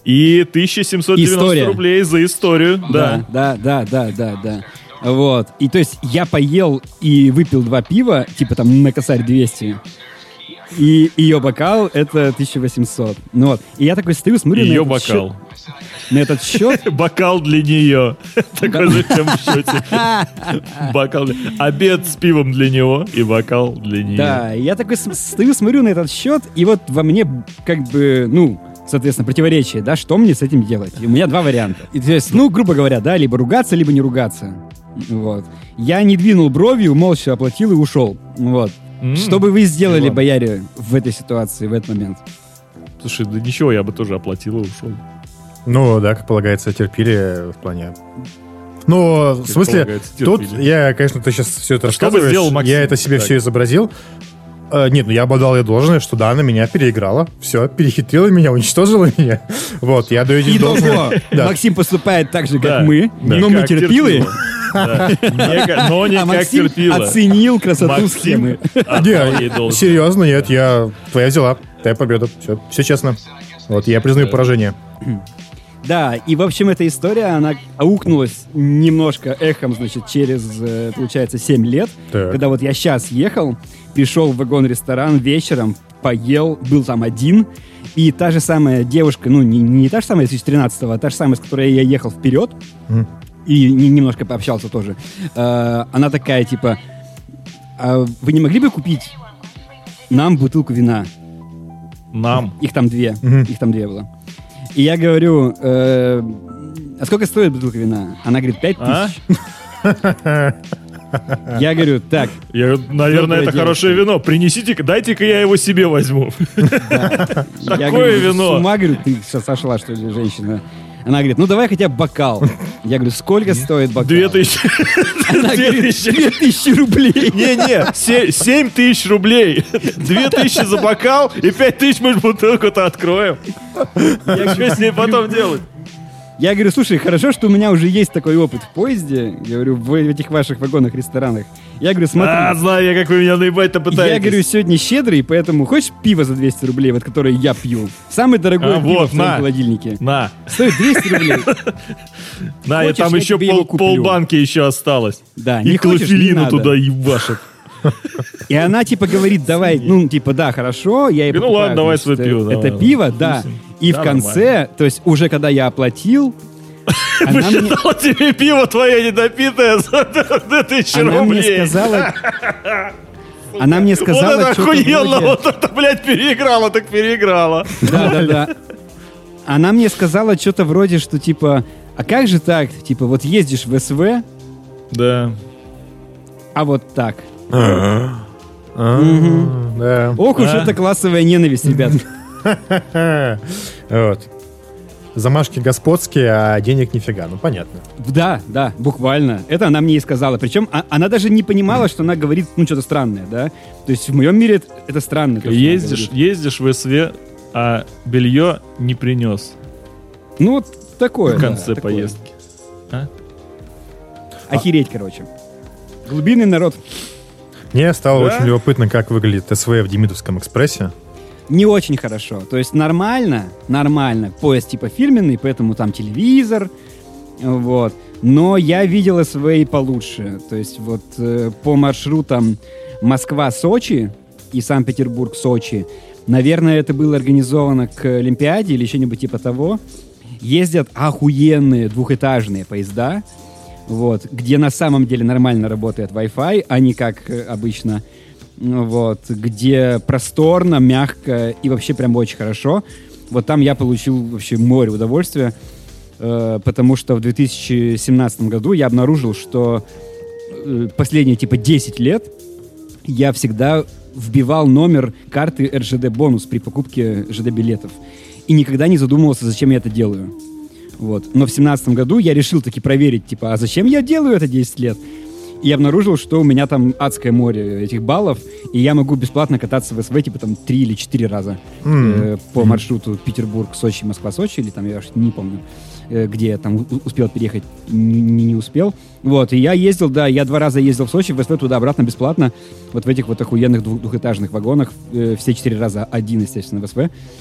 S2: И тысяча семьсот девяносто
S1: История.
S2: рублей за историю.
S1: Да,
S2: Да.
S1: да, да, да, да, да. Вот. И то есть я поел и выпил два пива, типа там на косарь двести. И ее бокал — это тысяча восемьсот. Ну вот. И я такой стою, смотрю
S2: Ее
S1: на этот
S2: бокал.
S1: счет. На этот счет.
S2: Бокал для нее. Такой же, чем в счете. Бокал для... Обед с пивом для него и бокал для нее.
S1: Да, и я такой с- стою, смотрю на этот счет, и вот во мне как бы, ну, соответственно, противоречие, да, что мне с этим делать? И у меня два варианта. И, то есть, ну, грубо говоря, да, либо ругаться, либо не ругаться. Вот. Я не двинул бровью, молча оплатил и ушел. Вот.
S2: М,
S1: Что бы вы сделали,
S2: ладно.
S1: бояре, в этой ситуации, в этот момент?
S2: Слушай, да ничего, я бы тоже оплатил и ушел.
S3: Ну, да, как полагается, терпили в плане... Ну, в смысле,
S2: полагается,
S3: тут
S2: терпили.
S3: я, конечно, ты сейчас все это
S2: А что бы
S3: рассказываешь,
S2: сделал Максим?
S3: я это себе
S2: Так.
S3: все изобразил. Э, нет, ну я обладал ей должное, что да, она меня переиграла, все, перехитрила меня, уничтожила меня. Вот, я даю ей должное.
S1: Итого,
S3: Да.
S1: Максим поступает так же, как
S2: Да.
S1: мы,
S2: Да.
S1: но
S2: Не
S1: мы
S2: как
S1: терпилы,
S2: терпила. Да. Не как- Но не
S1: а
S2: как
S1: Максим
S2: терпила.
S1: оценил красоту
S2: Максим
S1: схемы.
S2: отдал ей
S3: Не,
S2: должное.
S3: серьезно, нет, я твоя взяла, твоя победа, все, все честно. Вот, я признаю поражение.
S1: Да, и, в общем, эта история, она аукнулась немножко эхом, значит, через, э, получается, семь лет.
S3: Так.
S1: Когда вот я сейчас ехал, пришел в вагон-ресторан вечером, поел, был там один, и та же самая девушка, ну, не, не та же самая из две тысячи тринадцатого, а та же самая, с которой я ехал вперед,
S3: Мгм.
S1: и не- немножко пообщался тоже, э, она такая, типа, «А вы не могли бы купить нам бутылку вина?»
S2: Нам.
S1: Их там две.
S3: Мгм.
S1: Их там две было. И я говорю, э, а сколько стоит бутылка вина? Она говорит, пять
S2: А?
S1: тысяч. Я говорю, так,
S2: Я говорю, наверное,
S1: Доброе
S2: это
S1: дело.
S2: хорошее вино. Принесите-ка, дайте-ка я его себе возьму.
S1: я
S2: Такое
S1: говорю,
S2: вино.
S1: с ума, говорю, ты что, сошла, что ли, женщина? Она говорит, ну давай хотя бы бокал. Я говорю, сколько стоит бокал?
S2: Две тысячи.
S1: Она
S2: Две
S1: говорит,
S2: тысячи.
S1: две тысячи рублей.
S2: Не-не, се- семь тысяч рублей. Две тысячи за бокал и пять тысяч мы ж бутылку-то откроем.
S1: Я
S2: Что с ней потом делать?
S1: Я говорю, слушай, хорошо, что у меня уже есть такой опыт в поезде, я говорю, в этих ваших вагонах-ресторанах. Я говорю, смотри,
S2: А, знаю я, как вы меня наебать-то пытаетесь.
S1: я говорю, сегодня щедрый, поэтому хочешь пиво за двести рублей, вот которое я пью? Самое дорогое
S2: А,
S1: пиво
S2: вот,
S1: в твоем
S2: на.
S1: холодильнике.
S2: На,
S1: Стоит двести рублей.
S2: на, и
S1: Хочешь,
S2: там
S1: я
S2: еще
S1: тебе его
S2: пол,
S1: куплю?
S2: полбанки еще осталось.
S1: Да,
S2: И
S1: не хочешь, не
S2: клофелину
S1: надо.
S2: туда ебашит.
S1: И она типа говорит, давай, ну типа, да, хорошо, я ей
S2: Ну
S1: покупаю,
S2: ладно, давай
S1: значит,
S2: свое пиво,
S1: Это
S2: давай.
S1: пиво, да. И
S2: Да,
S1: в конце, то есть уже когда я оплатил, она мне,
S2: Посчитал тебе пиво твое недопитое за две тысячи
S1: она мне
S2: рублей.
S1: сказала, она мне
S2: Вот
S1: сказала,
S2: это
S1: что-то
S2: охуенно,
S1: вроде-
S2: вот это, блядь, переиграла, так переиграла.
S1: Да, да, да. Она мне сказала что-то вроде, что типа, а как же так? Типа, вот ездишь в СВ,
S2: Да.
S1: а вот так.
S3: А, Да.
S1: Ох уж
S2: А?
S1: это классовая ненависть, ребят.
S3: Вот. Замашки господские, а денег нифига. Ну, понятно.
S1: Да, да, буквально. Это она мне и сказала. Причем а- она даже не понимала, что она говорит, ну, что-то странное, да? То есть в моем мире это, это странно. то, что она
S2: Ездишь,
S1: говорит.
S2: ездишь в СВ, а белье не принес
S1: Ну, вот такое.
S2: в
S1: да,
S2: конце
S1: такое.
S2: поездки.
S1: Охереть, короче. Глубинный народ.
S3: Мне стало
S2: Да?
S3: очень любопытно, как выглядит СВ в Демидовском экспрессе.
S1: Не очень хорошо. То есть нормально, нормально. Поезд типа фирменный, поэтому там телевизор. Вот. Но я видел СВ и получше. То есть вот э, по маршрутам Москва-Сочи и Санкт-Петербург-Сочи, наверное, это было организовано к Олимпиаде или что-нибудь типа того. Ездят охуенные двухэтажные поезда, вот, где на самом деле нормально работает Wi-Fi, а не как э, обычно. Ну, вот, где просторно, мягко и вообще прям очень хорошо. Вот там я получил вообще море удовольствия, э, потому что в две тысячи семнадцатом году я обнаружил, что э, последние типа десять лет я всегда вбивал номер карты эр жэ дэ бонус при покупке ЖД-билетов. И никогда не задумывался, зачем я это делаю. Вот. Но в семнадцатом году я решил таки проверить, типа, а зачем я делаю это десять лет? И я обнаружил, что у меня там адское море этих баллов, и я могу бесплатно кататься в СВ, типа, там, три или четыре раза э, по маршруту Петербург, Сочи, Москва, Сочи, или там, я уж не помню, э, где я там у- успел переехать, не, не- не успел. Вот, и я ездил, да, я два раза ездил в Сочи, в СВ туда-обратно бесплатно, вот в этих вот охуенных двух- двухэтажных вагонах, э, все четыре раза один, естественно, в СВ.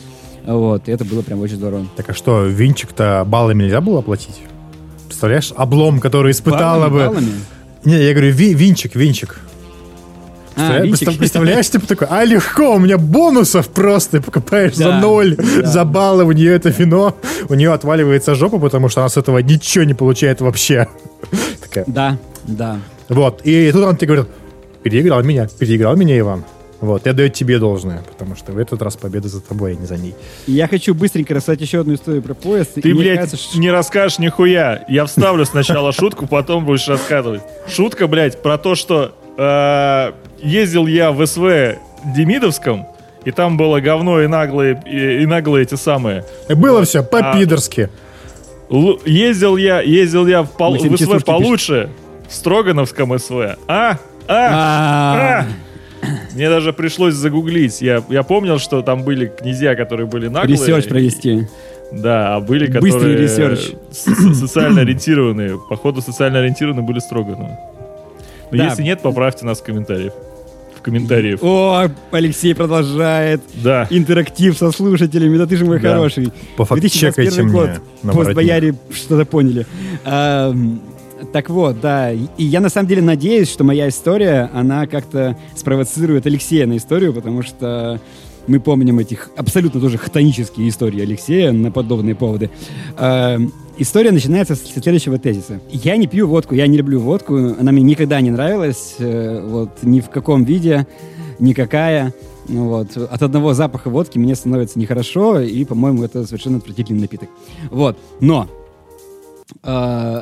S1: Вот, и это было прям очень здорово.
S3: Так а что, винчик-то баллами нельзя было оплатить? Представляешь, облом, который испытала бы...
S1: Баллами?
S3: Не, я говорю, ви- винчик, винчик.
S1: А, винчик.
S3: Представляешь, типа такой, а легко, у меня бонусов просто, ты покупаешь
S1: Да,
S3: за ноль,
S1: да.
S3: за баллы, у нее это вино, у нее отваливается жопа, потому что она с этого ничего не получает вообще. Такая.
S1: Да, да.
S3: Вот, и тут он тебе говорит, переиграл меня, переиграл меня, Иван. Вот, я даю тебе должное, потому что в этот раз победа за тобой, а не за ней.
S1: Я хочу быстренько рассказать еще одну историю про поезд.
S2: Ты,
S1: И мне
S2: блядь,
S1: кажется, что-
S2: не расскажешь нихуя. Я вставлю сначала шутку, потом будешь рассказывать. Шутка, блядь, про то, что э, ездил я в СВ Демидовском, и там было говно и наглые, и, и наглые эти самые.
S3: И было все по-пидорски.
S2: Л- ездил я, ездил я в, пол-
S1: Максим,
S2: в СВ
S1: частушки
S2: получше, в Строгановском СВ. А? А?
S1: А,
S2: А? Мне даже пришлось загуглить. Я, я помнил, что там были князья, которые были наглые.
S1: Ресерч провести.
S2: Да, а были,
S1: Быстрый
S2: которые
S1: ресерч.
S2: с- с- социально ориентированные. Походу, социально ориентированные были Строгановы. Но
S1: Да.
S2: если нет, поправьте нас в комментариях. В комментариях.
S1: О, Алексей продолжает
S2: Да.
S1: интерактив со слушателями. Да ты же мой
S2: Да.
S1: хороший.
S3: Пофактчекайте
S1: две тысячи двадцать первый
S3: мне
S1: год.
S3: на
S1: Постбояре что-то поняли. Ам, Так вот, да. И я на самом деле надеюсь, что моя история, она как-то спровоцирует Алексея на историю, потому что мы помним этих абсолютно тоже хтонические истории Алексея на подобные поводы. Ам, История начинается с следующего тезиса. Я не пью водку, я не люблю водку, она мне никогда не нравилась, э, вот, ни в каком виде, никакая. Вот. От одного запаха водки мне становится нехорошо, и, по-моему, это совершенно отвратительный напиток. Вот. Но э,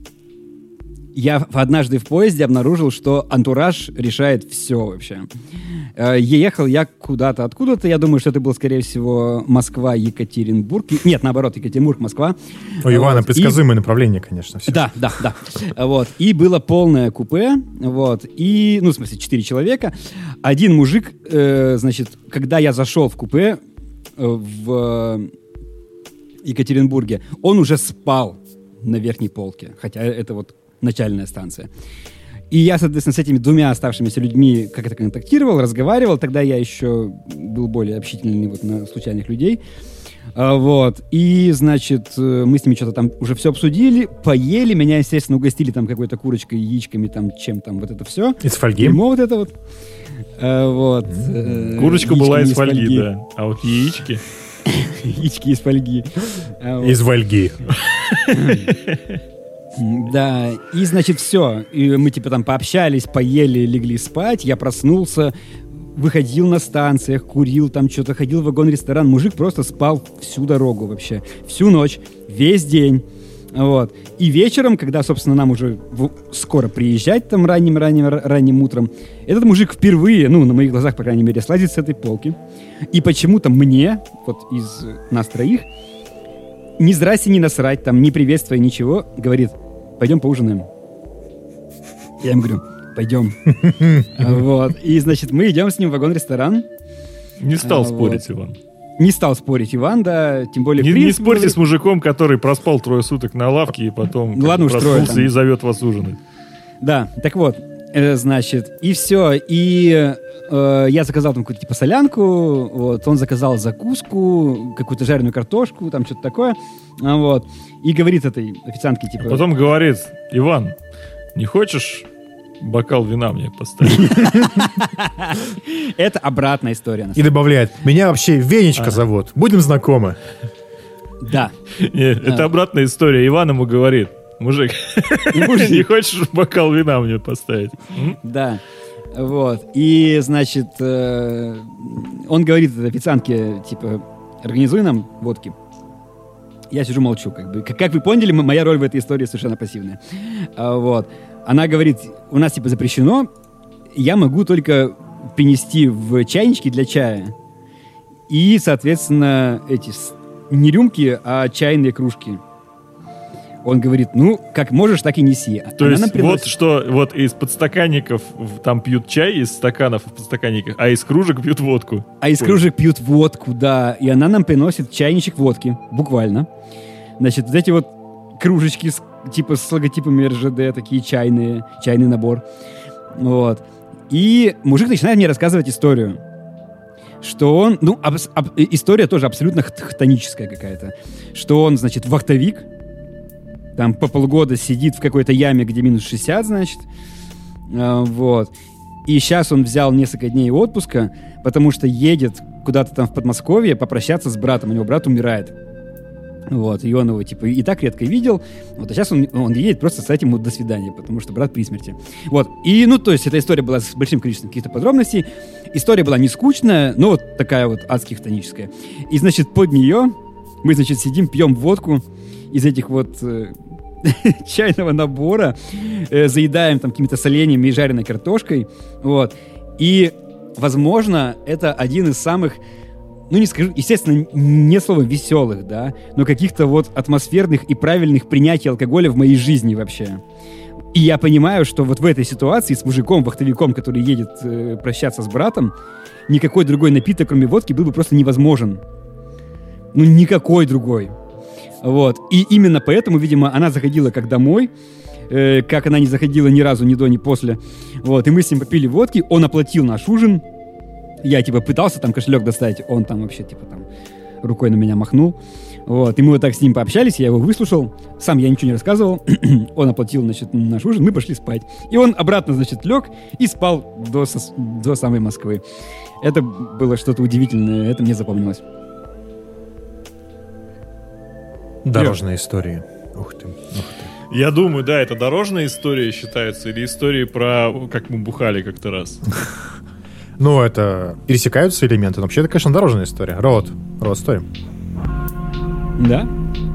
S1: я однажды в поезде обнаружил, что антураж решает все вообще. Э, ехал я куда-то, откуда-то. Я думаю, что это было, скорее всего, Москва, Екатеринбург. И- Нет, наоборот, Екатеринбург, Москва.
S3: У Ивана
S1: Вот. И-
S3: предсказуемое направление, конечно. Всё.
S1: Да, да, да. Вот. И было полное купе, вот, и, ну, в смысле, четыре человека. Один мужик, э, значит, когда я зашел в купе э, в Екатеринбурге, он уже спал на верхней полке, хотя это вот начальная станция. И я, соответственно, с этими двумя оставшимися людьми как-то контактировал, разговаривал. Тогда я еще был более общительный вот на случайных людей. А, Вот. И, значит, э, мы с ними что-то там уже все обсудили, поели. Меня, естественно, угостили там какой-то курочкой, яичками, там, чем там, вот это все.
S3: Из фольги?
S1: Дерьмо вот это вот. А, Вот. э,
S2: Курочка была
S1: яичками
S2: из фольги, да. А вот яички...
S1: Яички из фольги. А, вот.
S3: Из Вольги.
S1: Да, и, значит, все. И мы, типа, там пообщались, поели, легли спать. Я проснулся, выходил на станциях, курил там что-то, ходил в вагон-ресторан. Мужик просто спал всю дорогу вообще. Всю ночь, весь день. Вот. И вечером, когда, собственно, нам уже в- скоро приезжать там ранним-ранним ранним утром, этот мужик впервые, ну, на моих глазах, по крайней мере, слазит с этой полки. И почему-то мне, вот из нас троих, ни здрасте, ни насрать, там, ни приветствия, ничего, говорит: пойдем поужинаем. Я ему говорю: пойдем. Вот. И, значит, мы идем с ним в вагон-ресторан.
S2: Не стал
S1: А,
S2: спорить,
S1: вот.
S2: Иван.
S1: Не стал спорить Иван, да, тем более...
S2: Не, не
S1: принцип
S2: спорьте
S1: был-
S2: с мужиком, который проспал трое суток на лавке и потом
S1: Ну, ладно уж, трое
S2: проснулся
S1: там.
S2: и зовет вас ужинать.
S1: Да, так вот, э, значит, и все. И э, я заказал там какую-то типа солянку, вот, он заказал закуску, какую-то жареную картошку, там что-то такое, а, вот. И говорит этой официантке, типа...
S2: А потом говорит: Иван, не хочешь бокал вина мне поставить?
S1: Это обратная история. на
S3: И
S1: самом
S3: добавляет, меня вообще Венечка зовут. Будем знакомы.
S1: деле. Да.
S2: Нет, это обратная история. Иван ему говорит: мужик,
S1: Мужик.
S2: не хочешь бокал вина мне поставить? М?
S1: Да. Вот. И, значит, э, он говорит этой официантке, типа, организуй нам водки. Я сижу, молчу, как бы. Как, как вы поняли, м- моя роль в этой истории совершенно пассивная. А, вот. Она говорит: у нас, типа, запрещено, я могу только принести в чайнички для чая. И, соответственно, эти, с- не рюмки, а чайные кружки. Он говорит: ну, как можешь, так и неси.
S2: То
S1: Она
S2: есть
S1: нам приносит-
S2: вот что, вот из подстаканников в- там пьют чай, из стаканов в подстаканниках, а из кружек пьют водку.
S1: А из
S2: Ой.
S1: кружек пьют водку, да. И она нам приносит чайничек водки, буквально. Значит, вот эти вот кружечки с, типа с логотипами эр жэ дэ, такие чайные, чайный набор. Вот. И мужик начинает мне рассказывать историю, что он, ну, абс- аб- история тоже абсолютно хт- хтоническая какая-то, что он, значит, вахтовик, там по полгода сидит в какой-то яме, где минус шестьдесят, значит, э, вот, и сейчас он взял несколько дней отпуска, потому что едет куда-то там в Подмосковье попрощаться с братом, у него брат умирает. Вот, и он его, типа, и так редко видел. Вот, а сейчас он, он едет просто сказать ему «до свидания», потому что брат при смерти. Вот, и, ну, то есть, эта история была с большим количеством каких-то подробностей. История была не скучная, но вот такая вот адски хтоническая. И, значит, под нее мы, значит, сидим, пьем водку из этих вот э, чайного набора, э, заедаем там какими-то соленьями и жареной картошкой. Вот, и, возможно, это один из самых... ну, не скажу, естественно, не слово веселых, да, но каких-то вот атмосферных и правильных принятий алкоголя в моей жизни вообще. И я понимаю, что вот в этой ситуации с мужиком-вахтовиком, который едет э, прощаться с братом, никакой другой напиток, кроме водки, был бы просто невозможен. Ну, никакой другой. Вот. И именно поэтому, видимо, она заходила как домой, э, как она не заходила ни разу ни до, ни после. Вот. И мы с ним попили водки, он оплатил наш ужин. Я, типа, пытался там кошелек достать, он там вообще, типа, там рукой на меня махнул. Вот, и мы вот так с ним пообщались, я его выслушал. Сам я ничего не рассказывал. Он оплатил, значит, наш ужин, мы пошли спать. И он обратно, значит, лег и спал до, сос... до самой Москвы. Это было что-то удивительное, это мне запомнилось.
S3: Дорожные истории. Ух ты, ух ты.
S2: Я думаю, да, это дорожная история считается, или история про как мы бухали как-то раз.
S3: Ну, это пересекаются элементы, но вообще это, конечно, дорожная история. Роуд. Роуд story.
S1: Да?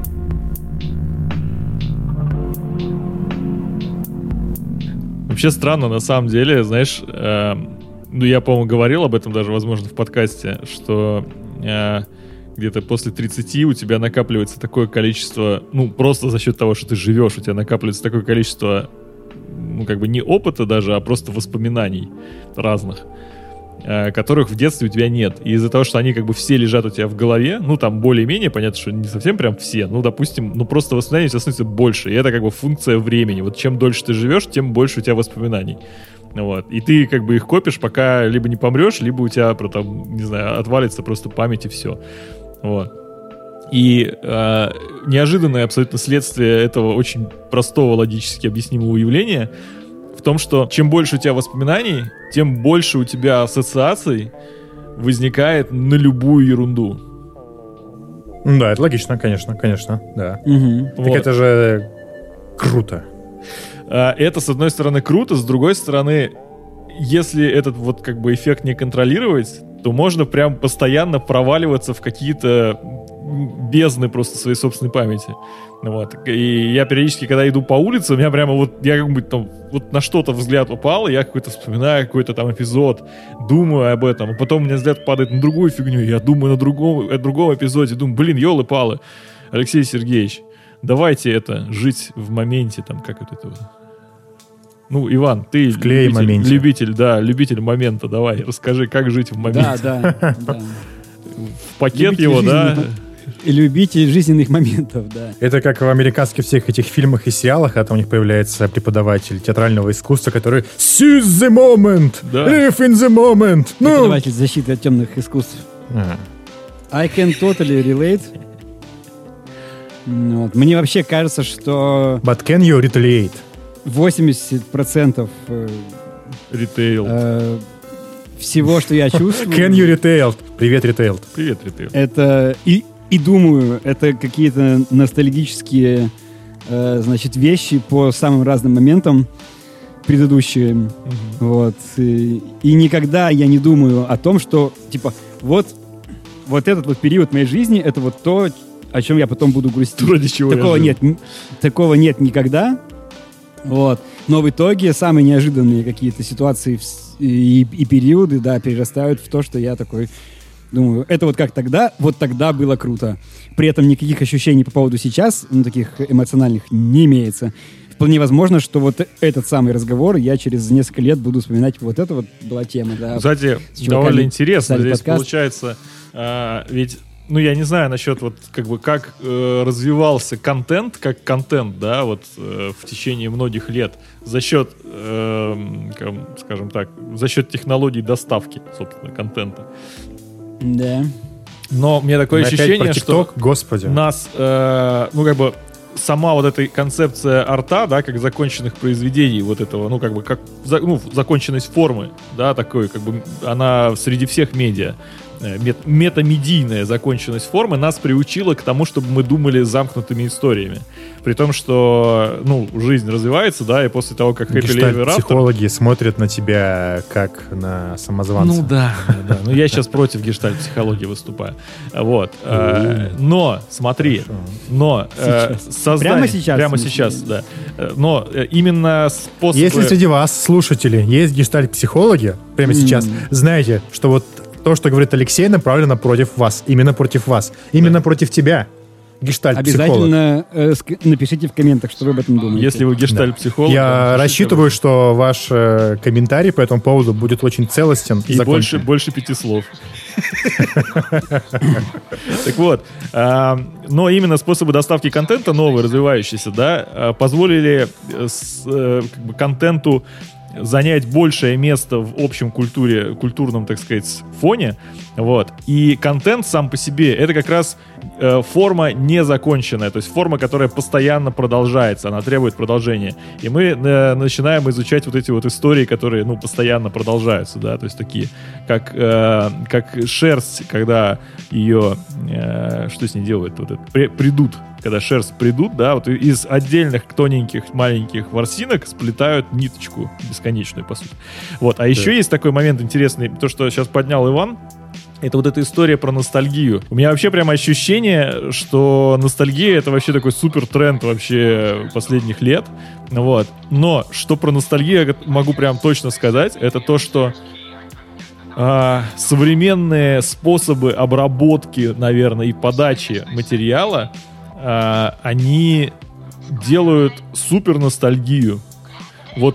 S2: Вообще странно, на самом деле, знаешь, э, ну, я, по-моему, говорил об этом даже, возможно, в подкасте, что э, где-то после тридцати у тебя накапливается такое количество, ну, просто за счет того, что ты живешь, у тебя накапливается такое количество, ну, как бы не опыта даже, а просто воспоминаний разных, которых в детстве у тебя нет. И из-за того, что они как бы все лежат у тебя в голове, ну, там более-менее, понятно, что не совсем прям все, ну, допустим, ну, просто воспоминаний у тебя становится больше. И это как бы функция времени. Вот чем дольше ты живешь, тем больше у тебя воспоминаний. Вот. И ты как бы их копишь, пока либо не помрешь, либо у тебя, там, не знаю, отвалится просто память и все. Вот. И э, неожиданное абсолютно следствие этого очень простого логически объяснимого явления в том, что чем больше у тебя воспоминаний, тем больше у тебя ассоциаций возникает на любую ерунду.
S3: Да, это логично, конечно, конечно, да.
S1: Угу.
S3: Так
S2: Вот.
S3: это же круто.
S2: Это, с одной стороны, круто, с другой стороны, если этот вот как бы эффект не контролировать, то можно прям постоянно проваливаться в какие-то бездны просто своей собственной памяти. Вот. И я периодически, когда иду по улице, у меня прямо вот, я как бы там, вот на что-то взгляд упал, и я какой-то вспоминаю какой-то там эпизод, думаю об этом, а потом у меня взгляд падает на другую фигню, я думаю на другом, о другом эпизоде, думаю, блин, ёлы-палы, Алексей Сергеевич, давайте это, жить в моменте, там, как это, это ну, Иван, ты любитель, любитель, да, любитель момента, давай, расскажи, как жить в моменте.
S1: Да, да, да.
S2: В пакет его, да.
S1: И любитель жизненных моментов, да.
S3: Это как в американских всех этих фильмах и сериалах, а там у них появляется преподаватель театрального искусства, который «Seize the moment!
S2: Да.
S3: Live in the moment!» Ну!
S1: Преподаватель защиты от темных искусств.
S3: Ага.
S1: I can totally relate. Вот. Мне вообще кажется, что
S3: But can you retaliate?
S1: восемьдесят процентов э,
S2: Ритейл.
S1: э, всего, что я чувствую...
S3: Can you retail? Привет, retail.
S2: Привет, ритейл.
S1: Это и, и думаю, это какие-то ностальгические, э, значит, вещи по самым разным моментам предыдущие.
S2: Мгм.
S1: Вот. И, и никогда я не думаю о том, что, типа, вот, вот этот вот период моей жизни, это вот то, о чем я потом буду грустить.
S2: Ради чего
S1: Такого
S2: я жил.
S1: нет, н- такого нет никогда. Вот. Но в итоге самые неожиданные какие-то ситуации в с- и, и периоды, да, перерастают в то, что я такой думаю, это вот как тогда, вот тогда было круто. При этом никаких ощущений по поводу сейчас, ну, таких эмоциональных, не имеется. Вполне возможно, что вот этот самый разговор я через несколько лет буду вспоминать, вот это вот была тема, да.
S2: Кстати,
S1: с чуваками
S2: довольно интересно.
S1: писали
S2: Здесь
S1: подкаст.
S2: получается, а, ведь, ну, я не знаю насчет вот как бы как э, развивался контент, как контент, да, вот э, в течение многих лет за счет, э, как, скажем так, за счет технологий доставки, собственно, контента.
S1: Да.
S2: Но мне такое
S3: Опять
S2: ощущение,
S3: про
S2: что
S3: TikTok, господи.
S2: нас, э, ну, как бы, сама вот эта концепция арта, да, как законченных произведений, вот этого, ну, как бы, как, за- ну, законченность формы, да, такой, как бы, она среди всех медиа, э, мет- метамедийная законченность формы нас приучила к тому, чтобы мы думали замкнутыми историями. При том, что, ну, жизнь развивается, да, и после того, как Happily Ever After...
S3: Психологи смотрят на тебя как на самозванца.
S2: Ну да, да, да. Ну я сейчас против гештальт-психологии выступаю. Вот. Э, Но, смотри, но э, создание...
S1: Прямо сейчас,
S2: Прямо
S1: в смысле?
S2: сейчас, да. Э, Но э, именно способы...
S3: Если среди вас, слушатели, есть гештальт-психологи прямо сейчас, знайте, что вот то, что говорит Алексей, направлено против вас. Именно против вас. Именно против тебя. Гештальт-психолог.
S1: Обязательно э, ск- напишите в комментах, что вы об этом думаете.
S2: Если вы гештальт-психолог...
S3: Я
S2: то пишите
S3: рассчитываю,
S2: об
S3: что ваш э, комментарий по этому поводу будет очень целостен
S2: этом.
S3: и
S2: И больше,
S3: закончен.
S2: больше пяти слов. Так вот, а, но именно способы доставки контента новые, развивающиеся, да, а, позволили э, с, э, как бы контенту занять большее место в общем культуре, культурном, так сказать, фоне, вот, и контент сам по себе, это как раз э, форма незаконченная, то есть форма, которая постоянно продолжается, она требует продолжения, и мы э, начинаем изучать вот эти вот истории, которые, ну, постоянно продолжаются, да, то есть такие, как, э, как шерсть, когда ее, э, что с ней делают, вот это, при, придут, когда шерсть придут, да, вот из отдельных тоненьких маленьких ворсинок сплетают ниточку бесконечную, по сути. Вот. А еще есть такой момент интересный, то, что сейчас поднял Иван, это вот эта история про ностальгию. У меня вообще прямо ощущение, что ностальгия — это вообще такой супер тренд вообще последних лет. Вот. Но что про ностальгию я могу прям точно сказать, это то, что а, современные способы обработки, наверное, и подачи материала, а, они делают супер ностальгию. Вот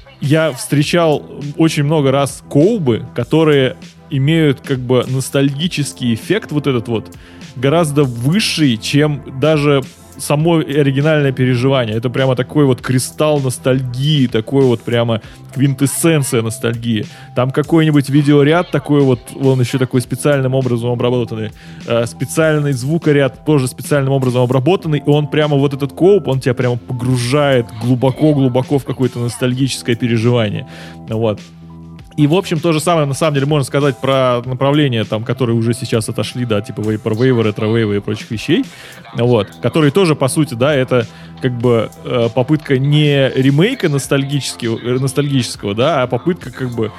S2: я встречал очень много раз коубы, которые имеют как бы ностальгический эффект вот этот вот гораздо высший, чем даже само оригинальное переживание. Это прямо такой вот кристалл ностальгии, такой вот прямо квинтэссенция ностальгии. Там какой-нибудь видеоряд такой вот, он еще такой специальным образом обработанный, э, специальный звукоряд тоже специальным образом обработанный, и он прямо вот этот коуп, он тебя прямо погружает глубоко-глубоко в какое-то ностальгическое переживание. Вот. И, в общем, то же самое, на самом деле, можно сказать про направления, там, которые уже сейчас отошли, да, типа вейпорвейва, ретровейва и прочих вещей, вот, которые тоже, по сути, да, это как бы э, попытка не ремейка ностальгического, ностальгического, да, а попытка как бы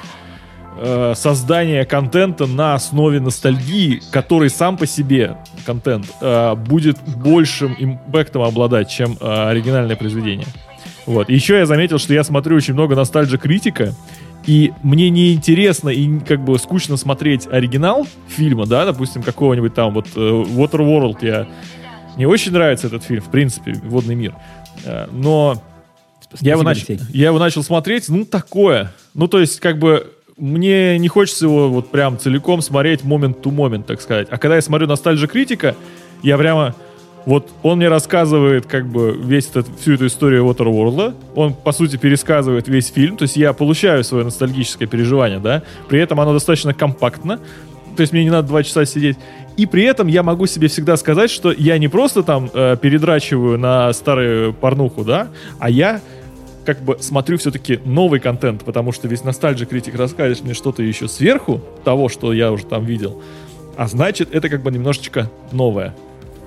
S2: э, создания контента на основе ностальгии, который сам по себе, контент, э, будет большим импактом обладать, чем э, оригинальное произведение. Вот. И еще я заметил, что я смотрю очень много ностальджи-критика, и мне неинтересно и как бы скучно смотреть оригинал фильма, да, допустим, какого-нибудь там вот uh, Waterworld. Я... Мне очень нравится этот фильм, в принципе, «Водный мир». Uh, но я его, нач... я его начал смотреть, ну, такое. Ну, то есть, как бы, мне не хочется его вот прям целиком смотреть момент-то-момент, так сказать. А когда я смотрю «Ностальджи-критика», я прямо... Вот он мне рассказывает как бы весь этот, всю эту историю Waterworld, он, по сути, пересказывает весь фильм, то есть я получаю свое ностальгическое переживание, да, при этом оно достаточно компактно, то есть мне не надо два часа сидеть, и при этом я могу себе всегда сказать, что я не просто там э, передрачиваю на старую порнуху, да, а я как бы смотрю все-таки новый контент, потому что весь ностальджи-критик расскажет мне что-то еще сверху того, что я уже там видел, а значит, это как бы немножечко новое.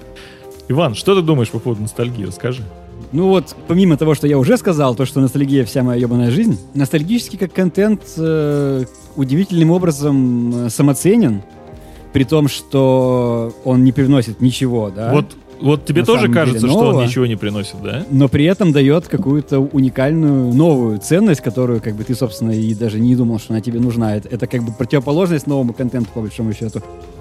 S2: Иван, что ты думаешь по поводу ностальгии? Расскажи.
S1: Ну вот, помимо того, что я уже сказал, то, что ностальгия — вся моя ебаная жизнь, ностальгический как контент э, удивительным образом э, самоценен, при том, что он не привносит ничего, да?
S2: Вот, вот тебе
S1: На
S2: тоже
S1: самом
S2: кажется,
S1: деле
S2: что
S1: нового,
S2: он ничего не приносит, да?
S1: но при этом дает какую-то уникальную новую ценность, которую как бы ты, собственно, и даже не думал, что она тебе нужна. Это, это как бы противоположность новому контенту, по большому счету.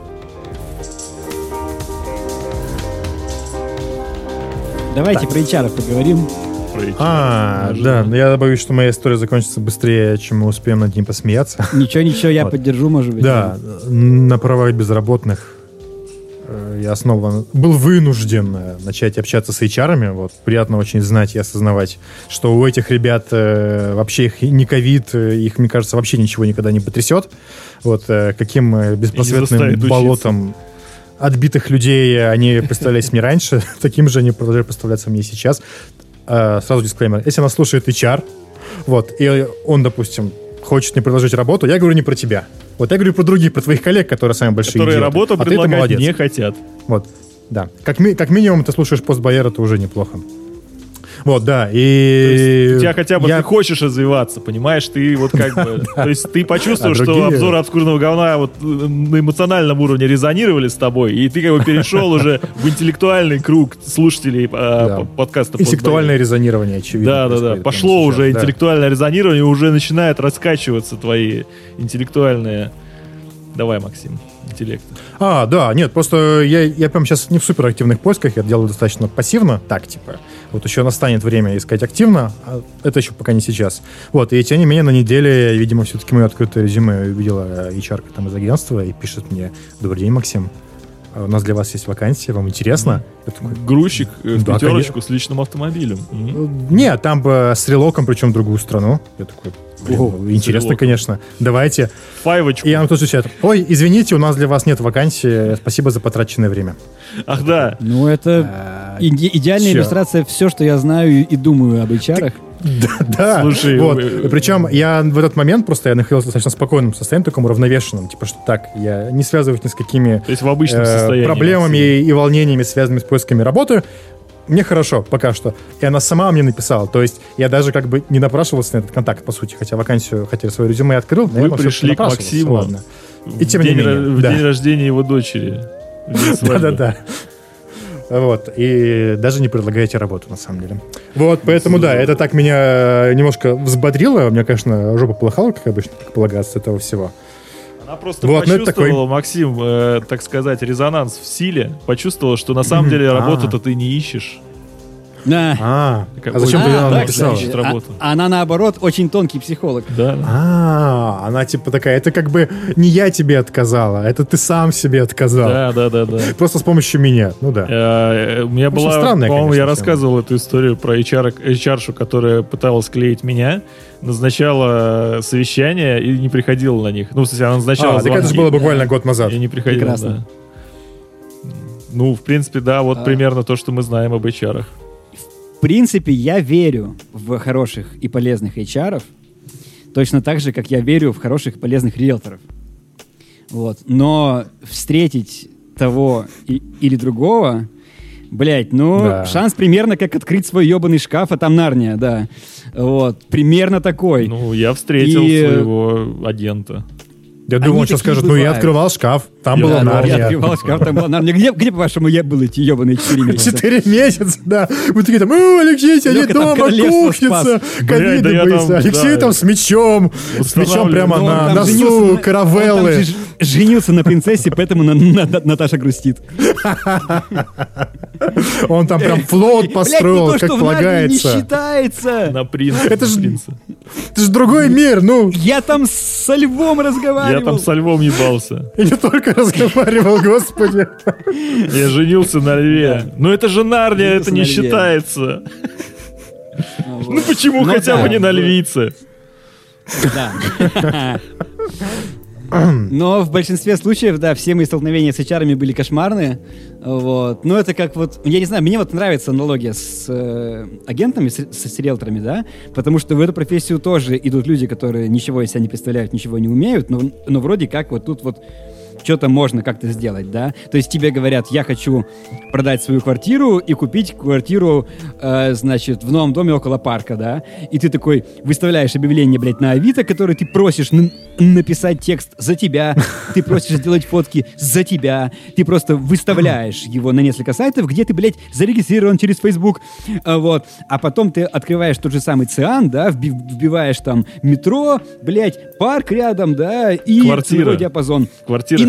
S1: Давайте так. Про эйч ар поговорим.
S2: Про эйч ар.
S3: А, да, но я боюсь, что моя история закончится быстрее, чем мы успеем над ним посмеяться.
S1: Ничего, ничего, я вот. поддержу, может быть.
S3: Да, на правах безработных я снова был вынужден э, начать общаться с эйч ар-ами. Вот. Приятно очень знать и осознавать, что у этих ребят э, вообще их не ковид, э, их, мне кажется, вообще ничего никогда не потрясет. Вот э, каким э, беспросветным болотом отбитых людей они представлялись мне раньше, таким же они продолжают представляться мне сейчас. Э, сразу дисклеймер. Если нас слушает эйч ар, вот, и он, допустим, хочет мне предложить работу, я говорю не про тебя. Вот я говорю про других, про твоих коллег, которые самые большие
S2: Которые
S3: идиоты.
S2: работу
S3: а
S2: предлагать не хотят.
S3: Вот, да. Как, ми- как минимум ты слушаешь пост Бояра, это уже неплохо. Вот, да, и...
S2: У тебя хотя бы
S3: я...
S2: ты хочешь развиваться, понимаешь? Ты вот как бы... То есть ты почувствовал, что обзоры обскурного говна вот на эмоциональном уровне резонировали с тобой, и ты как бы перешел уже в интеллектуальный круг слушателей подкаста.
S3: Интеллектуальное резонирование, очевидно.
S2: Да-да-да, пошло уже интеллектуальное резонирование, уже начинают раскачиваться твои интеллектуальные... Давай, Максим, интеллект.
S3: А, да, нет, просто я, я прям сейчас не в суперактивных поисках, я делаю достаточно пассивно, так, типа, вот еще настанет время искать активно, а это еще пока не сейчас. Вот, и тем не менее на неделе, видимо, все-таки мое открытое резюме увидела эйч ар там из агентства и пишет мне: «Добрый день, Максим, у нас для вас есть вакансия, вам интересно?» Я такой:
S2: грузчик в
S3: да,
S2: пятерочку
S3: конечно.
S2: с личным автомобилем. Mm-hmm.
S3: Нет, там бы с релоком, причем в другую страну. Я такой: блин,
S2: О,
S3: ну, интересно, конечно. Давайте.
S2: Файвочку.
S3: И я нам тут отвечаю: ой, извините, у нас для вас нет вакансии, спасибо за потраченное время.
S2: Ах, да.
S1: Ну, это иде- идеальная
S3: Чё?
S1: иллюстрация все, что я знаю и думаю об эйч ар-ах.
S3: Да, да.
S2: Слушай,
S3: вот.
S2: вы-
S3: Причем я в этот момент просто я находился в достаточно спокойном состоянии, таком уравновешенном. Типа, что так, я не связываюсь ни с какими
S2: То есть в обычном
S3: э,
S2: состоянии.
S3: проблемами
S2: Максим.
S3: и волнениями, связанными с поисками работы. Мне хорошо, пока что. И она сама мне написала. То есть я даже как бы не напрашивался на этот контакт, по сути. Хотя вакансию, хотя свое резюме я открыл,
S2: Вы
S3: наверное,
S2: пришли к
S3: напрашивался,
S2: Максиму
S3: ладно.
S2: в
S3: И тем не
S2: день,
S3: менее,
S2: ра- в
S3: да.
S2: день рождения его дочери. В день свадьбы.
S3: Да-да-да. Вот. И даже не предлагаете работу, на самом деле. Вот, поэтому, да, это так меня немножко взбодрило. У меня, конечно, жопа полыхала, как обычно, как полагается, с этого всего.
S2: Она просто
S3: Вот, ну, это
S2: почувствовала,
S3: такой-
S2: Максим, э, так сказать, резонанс в силе. Почувствовала, что на самом
S3: Мгм.
S2: деле
S3: А.
S2: работу-то ты не ищешь.
S1: Да.
S3: А,
S2: Как-
S3: а зачем ты
S2: А,
S3: ее нам
S2: так,
S3: написала?
S2: значит.
S1: А-
S2: работу.
S1: она, наоборот, очень тонкий психолог.
S2: Да.
S3: А, она типа такая, это как бы не я тебе отказала, это ты сам себе отказал.
S2: Да, да, да, да.
S3: Просто с помощью меня. Ну да.
S2: Э, У меня
S3: Очень
S2: была,
S3: странная,
S2: по-моему,
S3: конечно,
S2: я
S3: тема.
S2: рассказывал эту историю про эйч ар, эйч ар-шу, которая пыталась клеить меня, назначала совещание и не приходила на них. Ну, в смысле, она назначала
S3: А, так это же
S2: звонки,
S3: было буквально год назад.
S2: и не приходила,
S1: Прекрасно.
S2: да. Ну, в принципе, да, вот
S1: А.
S2: примерно то, что мы знаем об эйч ар-ах.
S1: В принципе, я верю в хороших и полезных эйч ар-ов, точно так же, как я верю в хороших и полезных риэлторов. Вот. Но встретить того и- или другого, блять, ну,
S3: Да.
S1: шанс примерно как открыть свой ебаный шкаф, а там Нарния, да. Вот. Примерно такой.
S2: Ну, я встретил
S1: И-
S2: своего агента.
S3: Я
S1: Они
S3: думал, он сейчас
S1: такие
S3: скажет, ну я
S1: бывают.
S3: открывал шкаф, там
S2: Я
S3: была
S2: открывал,
S1: Я
S3: Нарния.
S1: открывал шкаф, там была Нарния. Где, где, по-вашему, я был эти ебаные четыре месяца?
S3: Четыре месяца, да. Вы такие там, о, Алексей, тебя
S1: Лёха
S3: не
S1: там
S3: дома,
S1: королевство
S3: кухнется,
S2: Блядь,
S3: ковиды
S2: да я
S3: боится.
S2: там,
S3: Алексей
S2: да.
S3: там с мечом, с мечом прямо
S1: Ну, он
S3: на
S1: там женился
S3: носу
S1: на-
S3: каравеллы.
S1: он там же ж- женился на принцессе, поэтому на- на- на- Наташа грустит.
S3: Он там прям флот построил,
S1: Блядь, ну то,
S3: как
S1: что в Нарнии не
S3: полагается.
S1: считается.
S2: На принца.
S3: Это
S2: на
S3: ж-
S2: принца.
S3: Это же другой мир, ну.
S1: Я там со львом разговаривал.
S2: Я там со львом ебался.
S3: Я не только разговаривал, господи.
S2: Я женился на льве. Ну это же Нарния,
S1: Женился
S2: это не
S1: на льве.
S2: считается.
S1: Ну, вот.
S2: Ну почему
S1: Ну
S2: хотя
S1: да,
S2: бы не на
S1: вот.
S2: львице?
S1: Да. Но в большинстве случаев, да, все мои столкновения с эйч ар-ами были кошмарные. Вот. Но это как вот, я не знаю, мне вот нравится аналогия с э, агентами, с, с, с риэлторами, да, потому что в эту профессию тоже идут люди, которые ничего из себя не представляют, ничего не умеют, но, но вроде как вот тут вот что-то можно как-то сделать, да? То есть тебе говорят, я хочу продать свою квартиру и купить квартиру, э, значит, в новом доме около парка, да? И ты такой выставляешь объявление, блядь, на Авито, которое ты просишь н- написать текст за тебя, ты просишь сделать фотки за тебя, ты просто выставляешь его на несколько сайтов, где ты, блядь, зарегистрирован через Facebook, а, вот. А потом ты открываешь тот же самый ЦИАН, да, вби- вбиваешь там метро, блядь, парк рядом, да, и
S2: Квартира.
S1: ценовой диапазон.
S2: Квартира
S1: И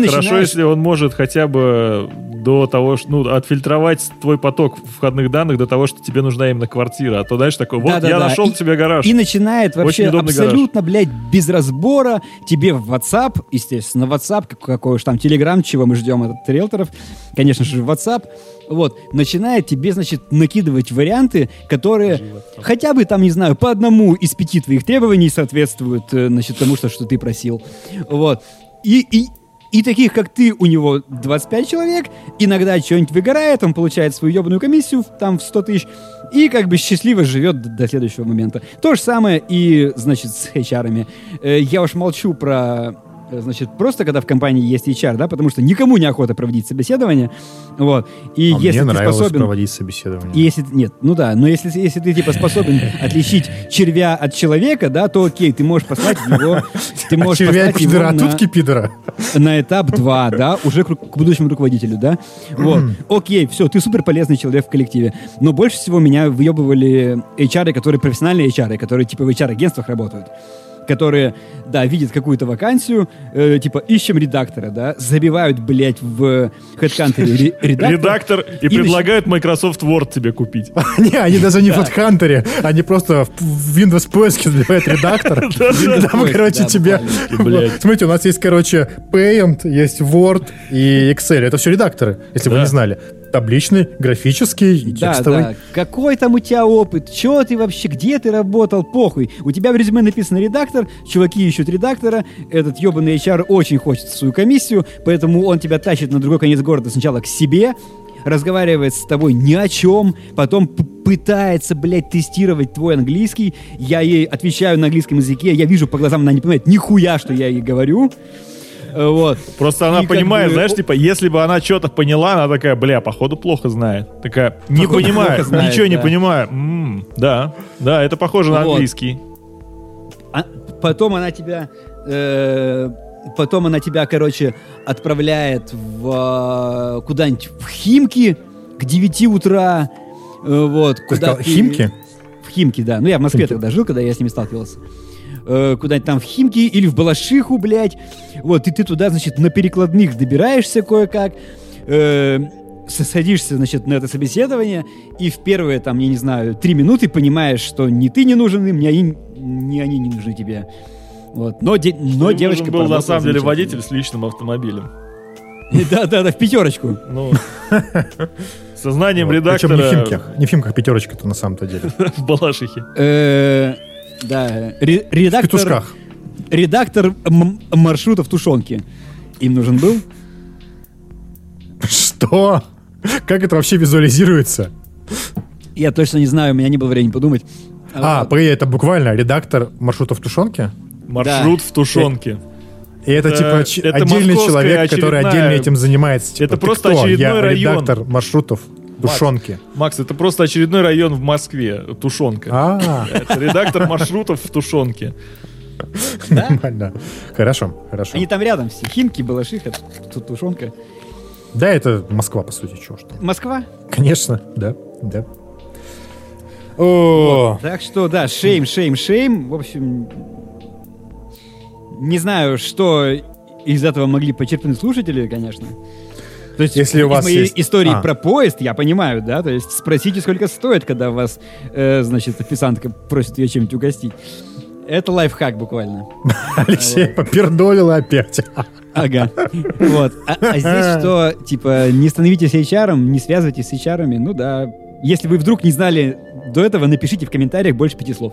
S2: хорошо,
S1: начинаешь...
S2: если он может хотя бы до того, что, ну, отфильтровать твой поток входных данных до того, что тебе нужна именно квартира. А то дальше такой, вот,
S1: Да-да-да.
S2: я нашел
S1: И-
S2: тебе гараж.
S1: И начинает вообще абсолютно,
S2: гараж.
S1: блядь, без разбора тебе в WhatsApp, естественно, WhatsApp, как- какой уж там Telegram, чего мы ждем от риэлторов, конечно же, WhatsApp, вот, начинает тебе, значит, накидывать варианты, которые хотя бы там, не знаю, по одному из пяти твоих требований соответствуют, э, значит, тому, что, что ты просил. Вот. И, и, и таких, как ты, у него двадцать пять человек, иногда что-нибудь выгорает, он получает свою ебаную комиссию там в сто тысяч, и как бы счастливо живет до, до следующего момента. То же самое и, значит, с эйч ар-ами. Э, я уж молчу про... Значит, просто когда в компании есть эйч ар, да, потому что никому неохота проводить собеседование, вот, и
S3: А
S1: если
S3: мне
S1: ты
S3: нравилось
S1: способен...
S3: проводить собеседование.
S1: И если... Нет, ну да, но если, если ты, типа, способен отличить червя от человека, да, то окей, ты можешь послать его... Ты
S3: А
S1: можешь
S3: червя и
S1: послать его
S3: пидора, а
S1: на,
S3: тут пидора.
S1: на этап два, да, уже к, ру- к будущему руководителю, да. Вот, окей, все, ты супер полезный человек в коллективе. Но больше всего меня выебывали эйч ар, которые профессиональные эйч ар, которые, типа, в эйч ар-агентствах работают, которые, да, видят какую-то вакансию, э, типа, ищем редактора, да, забивают, блядь, в HeadHunter ре- редактор.
S2: Редактор и,
S1: И
S2: предлагают Microsoft Word тебе купить.
S3: Не, они даже не в HeadHunter, они просто в Windows поиске забивают редактор. Там,
S1: Поиск,
S3: короче,
S1: да,
S3: тебе...
S2: блядь.
S3: Смотрите, у нас есть, короче, Paint, есть Word и Excel. Это все редакторы, если вы
S2: Да.
S3: не знали. Табличный, графический и
S1: Да,
S3: текстовый.
S1: да. Какой там у тебя опыт? Чё ты вообще? Где ты работал? Похуй. У тебя в резюме написано редактор, чуваки ищут редактора, этот ебаный эйч ар очень хочет свою комиссию, поэтому он тебя тащит на другой конец города сначала к себе, разговаривает с тобой ни о чем, потом п- пытается, блядь, тестировать твой английский. Я ей отвечаю на английском языке, я вижу по глазам, она не понимает нихуя, что я ей говорю. Э, Вот.
S2: Просто она
S1: И как
S2: понимает,
S1: бы-
S2: знаешь, типа, если бы она что-то поняла, она такая, бля, походу плохо знает. Такая, не
S1: Походу
S2: понимаю,
S1: плохо знает,
S2: ничего не
S1: да.
S2: понимаю. М, Да, да, это похоже на
S1: Вот.
S2: английский.
S1: А потом она тебя, э, потом она тебя, короче, отправляет в, э, куда-нибудь в Химки к девяти утра, э, вот.
S3: Ты
S1: Куда
S3: сказал,
S1: ты-
S3: Химки?
S1: В Химки, да. Ну, я в Москве
S3: Химки.
S1: тогда жил, когда я с ними сталкивался. Э, куда-нибудь там в Химки или в Балашиху, блядь. Вот, и ты туда, значит, на перекладных добираешься кое-как, э, с- садишься, значит, на это собеседование, и в первые, там, я не знаю, три минуты понимаешь, что ни ты не нужен им, ни они, ни они не нужны тебе. Вот. Но, де- но
S2: Им
S1: девочка
S2: нужен был на
S1: поработала
S2: самом деле
S1: замечательно.
S2: водитель с личным автомобилем.
S1: Да-да-да, в пятерочку.
S2: Ну, со знанием
S3: Вот. Причем не в
S2: редактора
S3: Химках. Не в Химках, пятерочка-то на самом-то деле.
S2: в Балашихе.
S1: Э, Да, ре-
S3: В
S1: редактор...
S3: петушках.
S1: Редактор м- маршрутов тушенки. Им нужен был?
S3: Что? Как это вообще визуализируется?
S1: Я точно не знаю, у меня не было времени подумать.
S3: А,
S1: вот.
S3: погоди, это буквально редактор маршрутов тушенки?
S2: Маршрут в тушенке.
S3: И это,
S2: Это-
S3: типа ч-
S2: это
S3: отдельный
S2: московская
S3: человек, который
S2: очередная-
S3: отдельно этим занимается. Типа,
S2: Это
S3: ты
S2: просто
S3: кто?
S2: очередной
S3: Я
S2: район.
S3: редактор маршрутов тушенки.
S2: Макс, это просто очередной район в Москве. Тушенка.
S3: А,
S2: Это редактор маршрутов в тушенке.
S3: нормально. Хорошо, хорошо.
S1: Они там рядом все. Химки, Балашиха, тут тушенка.
S3: Да, это Москва, по сути, чего что.
S1: Москва.
S3: Конечно, да, да. О,
S1: Так что, да, шейм, шейм, шейм. В общем, не знаю, что из этого могли почерпнуть слушатели, конечно. То есть,
S3: Если у
S1: из
S3: вас
S1: моей
S3: есть-
S1: истории
S3: А.
S1: про поезд, я понимаю, да, то есть спросите, сколько стоит, когда вас, э, значит, официантка просит ее чем-нибудь угостить. Это лайфхак буквально.
S3: Алексей попердолил опять.
S1: Ага. Вот. А, а здесь что, типа, не становитесь эйч ар, не связывайтесь с эйч ар-ами, ну да. Если вы вдруг не знали до этого, напишите в комментариях больше пяти слов.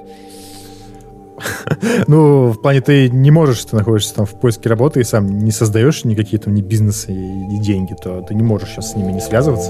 S3: Ну, в плане ты не можешь, ты находишься там в поиске работы и сам не создаешь никакие там ни бизнесы и деньги, то ты не можешь сейчас с ними не связываться.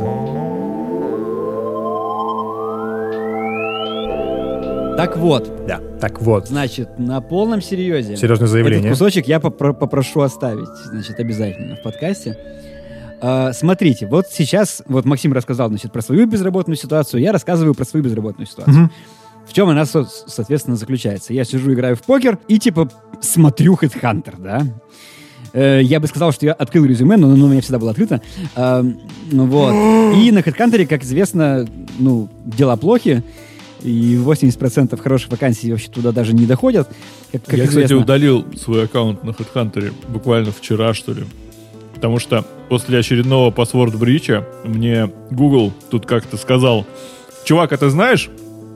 S1: Так вот,
S3: Да. Так вот,
S1: значит, на полном серьезе.
S3: серьезное заявление.
S1: Этот кусочек я попро- попрошу оставить, значит, обязательно в подкасте. А, смотрите, вот сейчас, вот Максим рассказал, значит, про свою безработную ситуацию, я рассказываю про свою безработную ситуацию.
S3: Мгм.
S1: В чем она, со- соответственно, заключается? Я сижу, играю в покер и, типа, смотрю HeadHunter, да? Э, Я бы сказал, что я открыл резюме, но оно у меня всегда было открыто. А, ну вот. И на HeadHunter, как известно, ну, дела плохи, и восемьдесят процентов хороших вакансий вообще туда даже не доходят. Как, как
S2: Я, кстати,
S1: известно.
S2: удалил свой аккаунт на HeadHunter буквально вчера, что ли. потому что после очередного паспорт-брича мне Google тут как-то сказал: чувак, а ты знаешь,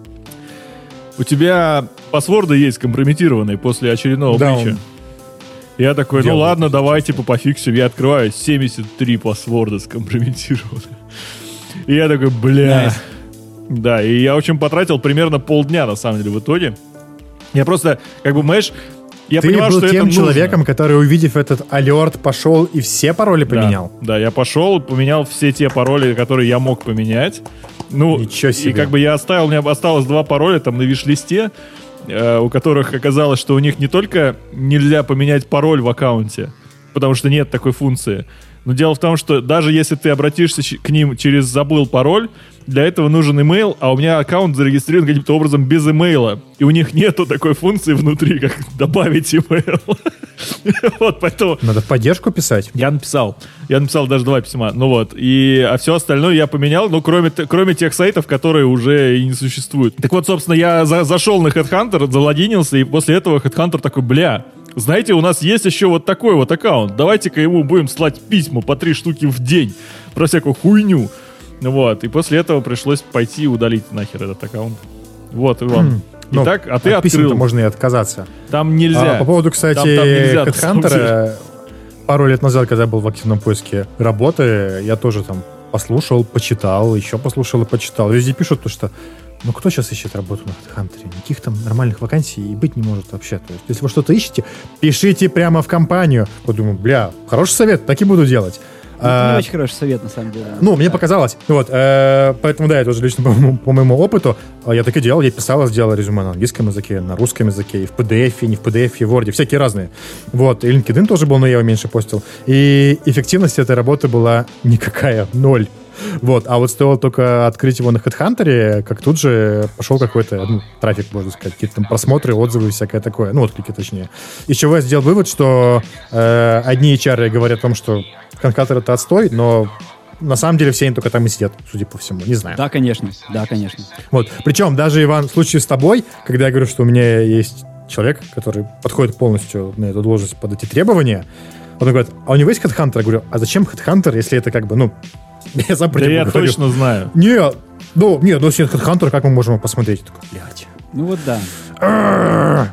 S2: у тебя паспорты есть компрометированные после очередного
S3: Да,
S2: брича.
S3: он
S2: Я такой, ну
S3: делает
S2: ладно,
S3: это.
S2: давай, типа, пофиксим. Я открываю, семьдесят три паспорта скомпрометированы. И я такой, бля.
S1: Nice.
S2: Да, и я, в общем, потратил примерно полдня, на самом деле, в итоге. Я просто, как бы, знаешь, я
S3: Ты
S2: понимал,
S3: был
S2: что
S3: тем
S2: это
S3: человеком,
S2: нужно.
S3: который, увидев этот алерт, пошел и все пароли
S2: Да,
S3: поменял.
S2: Да, я пошел, поменял все те пароли, которые я мог поменять. Ну,
S3: Ничего себе.
S2: И как бы я оставил, у меня осталось два пароля там на виш-листе, э, у которых оказалось, что у них не только нельзя поменять пароль в аккаунте, потому что нет такой функции, но дело в том, что даже если ты обратишься ч- к ним через «забыл пароль», для этого нужен имейл, а у меня аккаунт зарегистрирован каким-то образом без имейла. И у них нету такой функции внутри, как добавить имейл. Вот, поэтому...
S3: Надо в поддержку писать.
S2: Я написал. Я написал даже два письма. Ну вот. И, а все остальное я поменял, ну, кроме, т- кроме тех сайтов, которые уже и не существуют. Так вот, собственно, я за- зашел на HeadHunter, залогинился, и после этого HeadHunter такой, бля, знаете, у нас есть еще вот такой вот аккаунт. Давайте-ка ему будем слать письма по три штуки в день про всякую хуйню. Вот. И после этого пришлось пойти и удалить нахер этот аккаунт. Вот, Иван.
S3: Ну,
S2: Итак, а ты
S3: от писем-то
S2: открыл.
S3: можно и отказаться.
S2: Там нельзя.
S3: А, по поводу, кстати,
S2: Там- там нельзя, на самом деле.
S3: HeadHunter, пару лет назад, когда я был в активном поиске работы, я тоже там послушал, почитал, еще послушал и почитал. Везде пишут, то, что ну кто сейчас ищет работу на HeadHunter? Никаких там нормальных вакансий и быть не может вообще. То есть, если вы что-то ищете, пишите прямо в компанию. Подумаю, бля, хороший совет, так и буду делать.
S1: Ну, это
S3: А,
S1: не очень хороший совет, на самом деле.
S3: Ну, мне показалось. Вот, э, поэтому, да, я тоже лично по, моему- по моему опыту, э, я так и делал, я писал, сделал резюме на английском языке, на русском языке, и в пи ди эф, не в пи ди эф, в Word, всякие разные. Вот, и LinkedIn тоже был, но я его меньше постил. И эффективность этой работы была никакая, ноль. Вот, а вот стоило только открыть его на HeadHunter, как тут же пошел какой-то, ну, трафик, можно сказать, какие-то там просмотры, отзывы и всякое такое, ну, отклики точнее. Из чего я сделал вывод, что э, одни эйч ар говорят о том, что HeadHunter — это отстой, но на самом деле все они только там и сидят, судя по всему, не знаю.
S1: Да, конечно, да, конечно.
S3: Вот, причем даже, Иван, в случае с тобой, когда я говорю, что у меня есть человек, который подходит полностью на эту должность под эти требования, он говорит, а у него есть HeadHunter? Я говорю, а зачем HeadHunter, если это как бы, ну, я сам про
S2: Да
S3: него
S2: я
S3: говорю.
S2: точно знаю.
S3: Не, ну, не, ну, если это HeadHunter, как мы можем его посмотреть? Я такой, блядь.
S1: Ну вот да.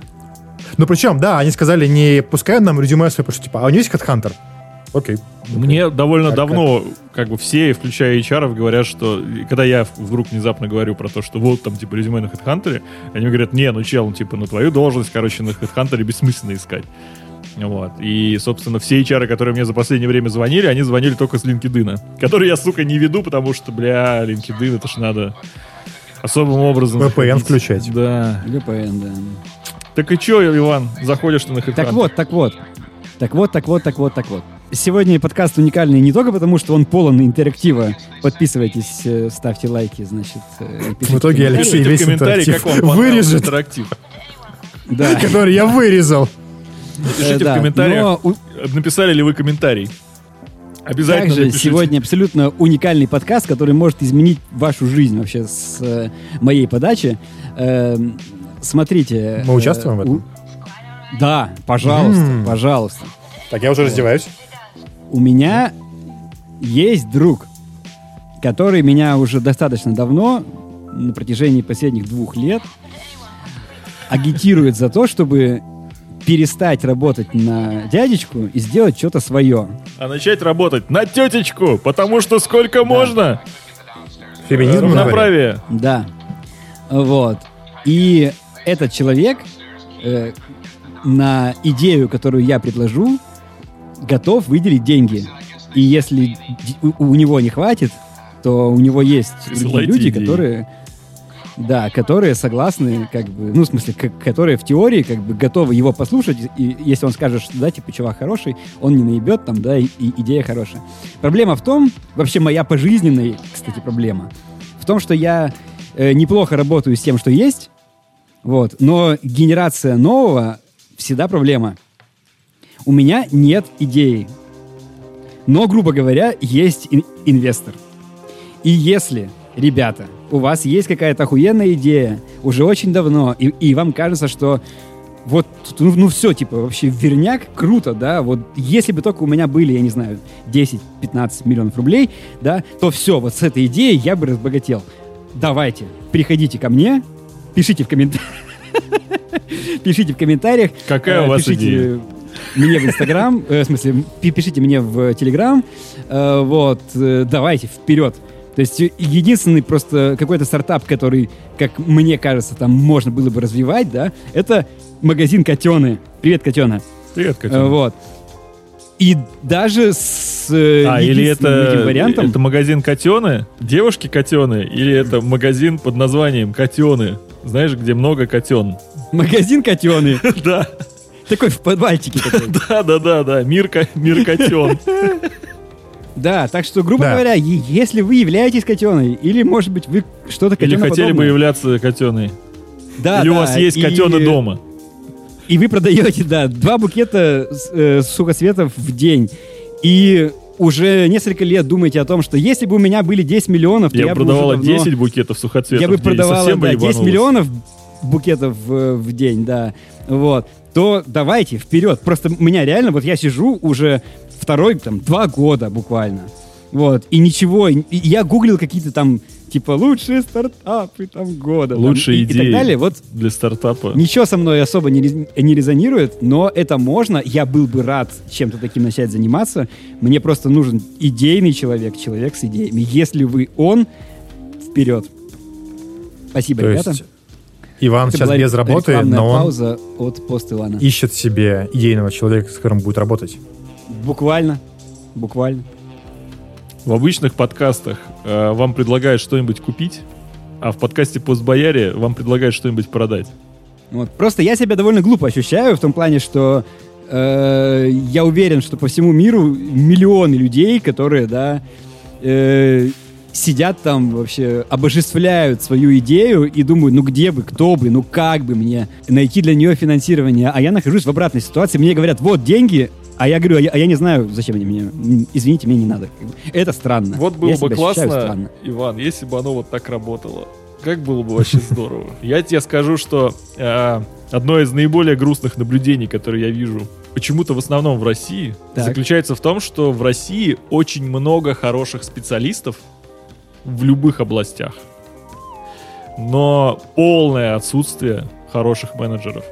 S3: Ну, причем, да, они сказали, не пускай нам резюме свое, потому что, типа, а у него есть HeadHunter? Окей.
S2: Мне довольно
S3: Как-
S2: давно, как бы все, включая эйч ар, говорят, что когда я вдруг внезапно говорю про то, что вот там типа резюме на HeadHunter, они мне говорят, не, ну чел, ну, типа, ну твою должность, короче, на HeadHunter бессмысленно искать. Вот. И, собственно, все эйч ар, которые мне за последнее время звонили, они звонили только с LinkedIn, который я, сука, не веду, потому что, бля, LinkedIn, это ж надо особым образом...
S3: ви пи эн
S2: заходить.
S3: включать.
S2: Да.
S1: ви пи эн, да.
S2: Так и чё, Иван, заходишь ты на HeadHunter?
S1: Так вот, так вот. Так вот, так вот, так вот, так вот. Сегодня подкаст уникальный не только потому, что он полон интерактива. Подписывайтесь, э, ставьте лайки, значит. э, и пишите
S3: В итоге
S1: комментарии.
S3: Алексей
S2: Пишите в
S3: весь
S2: комментарии, как
S3: интерактив
S2: вам понравился
S3: вырежет.
S2: интерактив.
S1: Да.
S3: Который я вырезал.
S2: Пишите
S1: Э, да,
S2: в комментариях,
S1: но у-
S2: написали ли вы комментарий. Обязательно
S1: Также
S2: напишите.
S1: сегодня абсолютно уникальный подкаст, который может изменить вашу жизнь вообще с э, моей подачи. Эм, смотрите.
S3: Мы участвуем в этом?
S1: у- Да, пожалуйста,
S3: М.
S1: пожалуйста.
S3: Так, я уже раздеваюсь.
S1: У меня есть друг, который меня уже достаточно давно, на протяжении последних двух лет, агитирует за то, чтобы перестать работать на дядечку и сделать что-то свое.
S2: А начать работать на тетечку, потому что сколько можно.
S3: Феминизм говорит.
S2: Равноправие.
S1: Да. Вот. И этот человек э, на идею, которую я предложу, готов выделить деньги. И если д- у, у него не хватит, то у него есть другие
S2: Присылайте
S1: люди,
S2: идеи.
S1: которые... Да, которые согласны, как бы, ну, в смысле, к- которые в теории, как бы, готовы его послушать, и если он скажет, что, да, типа, чувак хороший, он не наебет, там, да, и, и идея хорошая. Проблема в том, вообще моя пожизненная, кстати, проблема, в том, что я э, неплохо работаю с тем, что есть, вот, но генерация нового всегда проблема. У меня нет идеи, но, грубо говоря, есть ин- инвестор. И если, ребята, у вас есть какая-то охуенная идея уже очень давно, и, и вам кажется, что вот, ну, ну все, типа, вообще верняк, круто, да, вот если бы только у меня были, я не знаю, десять-пятнадцать миллионов рублей, да, то все, вот с этой идеей я бы разбогател. Давайте, приходите ко мне, пишите в комментариях, пишите в комментариях.
S2: Какая у вас идея?
S1: Мне в Инстаграм, в смысле, пишите мне в Телеграм, вот, давайте, вперед. То есть единственный просто какой-то стартап, который, как мне кажется, там можно было бы развивать, да, это магазин «Котены». Привет, «Котена».
S2: Привет, «Котена».
S1: Вот. И даже с
S2: а, или это,
S1: этим вариантом...
S2: это магазин «Котены», девушки-котены, или это магазин под названием «Котены», знаешь, где много котен.
S1: Магазин «Котены».
S2: Да.
S1: Такой в подвальчике такой.
S2: Да-да-да, мир котен.
S1: Да, так что, грубо
S3: Да.
S1: говоря, е- если вы являетесь котеной, или, может быть, вы что-то
S2: Или
S1: котеноподобное,
S2: хотели бы являться котеной.
S1: да,
S2: Или у
S1: да,
S2: вас есть
S1: и-
S2: котены дома.
S1: И вы продаете, да, два букета с- э, сухоцветов в день. И уже несколько лет думаете о том, что если бы у меня были десять миллионов, то я,
S2: Я
S1: бы уже
S2: продавала
S1: давно-
S2: десять букетов сухоцветов
S1: Я бы
S2: в день.
S1: продавала,
S2: Совсем бы
S1: да, десять
S2: ебанулась.
S1: миллионов букетов в, в день, да. Вот. То давайте, вперед. Просто у меня реально, вот я сижу уже второй, там, два года буквально. Вот. И ничего. И я гуглил какие-то там, типа, лучшие стартапы там года. там,
S2: Лучшие
S1: и,
S2: идеи.
S1: И так далее. Вот
S2: Для стартапа.
S1: ничего со мной особо не, рез- не резонирует, но это можно. Я был бы рад чем-то таким начать заниматься. Мне просто нужен идейный человек, человек с идеями. Если вы он, вперед. Спасибо,
S3: То
S1: ребята.
S3: есть Иван
S1: Это
S3: сейчас
S1: была
S3: без работы,
S1: рекламная
S3: но он
S1: пауза от пост Ивана.
S3: ищет себе идейного человека, с которым будет работать.
S1: Буквально. Буквально.
S2: В обычных подкастах э, вам предлагают что-нибудь купить, а в подкасте «Постбояре» вам предлагают что-нибудь продать.
S1: Вот. Просто я себя довольно глупо ощущаю в том плане, что э, я уверен, что по всему миру миллионы людей, которые, да, э, сидят там вообще, обожествляют свою идею и думают, ну где бы, кто бы, ну как бы мне найти для нее финансирование. А я нахожусь в обратной ситуации. Мне говорят, вот деньги, а я говорю, а я, а я не знаю, зачем они мне. М, Извините, мне не надо. Это странно.
S2: Вот было
S1: Я
S2: бы
S1: себя ощущаю
S2: классно,
S1: странно.
S2: Иван, если бы оно вот так работало. Как было бы вообще здорово. Я тебе скажу, что э, одно из наиболее грустных наблюдений, которые я вижу, почему-то в основном в России,
S1: Так.
S2: заключается в том, что в России очень много хороших специалистов в любых областях, но полное отсутствие хороших менеджеров.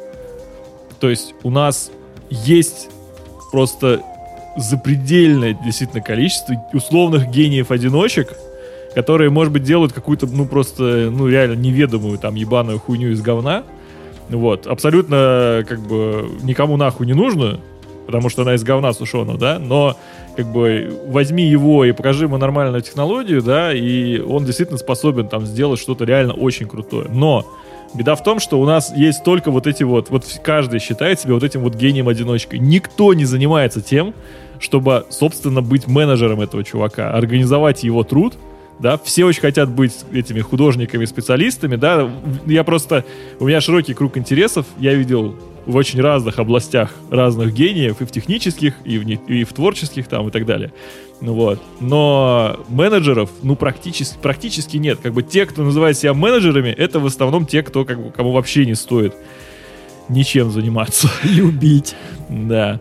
S2: То есть у нас есть просто запредельное действительно количество условных гениев-одиночек, которые, может быть, делают какую-то, ну, просто, ну, реально неведомую там ебаную хуйню из говна. Вот. Абсолютно, как бы, никому нахуй не нужную, потому что она из говна сушеного, да, но, как бы, возьми его и покажи ему нормальную технологию, да, и он действительно способен там сделать что-то реально очень крутое. Но беда в том, что у нас есть только вот эти вот, вот каждый считает себя вот этим вот гением-одиночкой. Никто не занимается тем, чтобы, собственно, быть менеджером этого чувака, организовать его труд, да, все очень хотят быть этими художниками, специалистами, да, я просто, у меня широкий круг интересов, я видел в очень разных областях разных гениев, и в технических, и в, не, и в творческих там, и так далее, ну вот, но менеджеров, ну, практически, практически нет, как бы те, кто называет себя менеджерами, это в основном те, кто, как бы, кому вообще не стоит ничем заниматься.
S1: Любить.
S2: Да.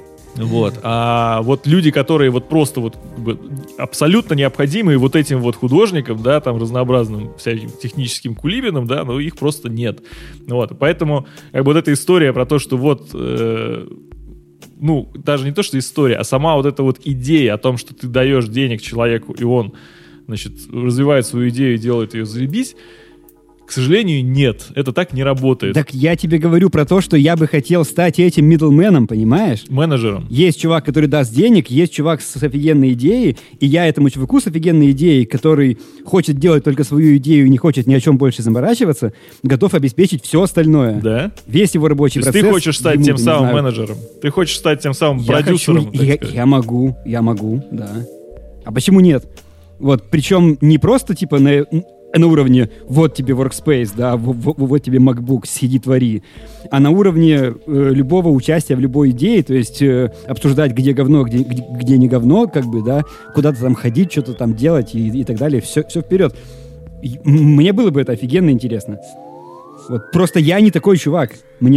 S2: Вот. А вот люди, которые вот просто вот как бы абсолютно необходимые вот этим вот художникам, да, там разнообразным всяким техническим кулибинам, да, но их просто нет. Вот. Поэтому как бы вот эта история про то, что вот э, ну, даже не то, что история, а сама вот эта вот идея о том, что ты даешь денег человеку, и он, значит, развивает свою идею и делает ее заебись, к сожалению, нет. Это так не работает.
S1: Так я тебе говорю про то, что я бы хотел стать этим мидлменом, понимаешь?
S2: Менеджером.
S1: Есть чувак, который даст денег, есть чувак с офигенной идеей, и я этому чуваку с офигенной идеей, который хочет делать только свою идею и не хочет ни о чем больше заморачиваться, готов обеспечить все остальное.
S2: Да?
S1: Весь его рабочий
S2: То есть
S1: процесс.
S2: ты хочешь стать
S1: ему,
S2: тем
S1: не
S2: самым
S1: знаю,
S2: менеджером? Ты хочешь стать тем самым
S1: я
S2: продюсером?
S1: хочу-
S2: так
S1: я,
S2: сказать?
S1: я могу, я могу, да. А почему нет? Вот, причем не просто типа на, на уровне вот тебе workspace, да, в- в- вот тебе MacBook, сиди, твори, а на уровне э, любого участия в любой идее, то есть э, обсуждать, где говно, где, где, где не говно, как бы, да, куда-то там ходить, что-то там делать и, и так далее, все, все вперед. И мне было бы это офигенно интересно. Вот, просто я не такой чувак. Мне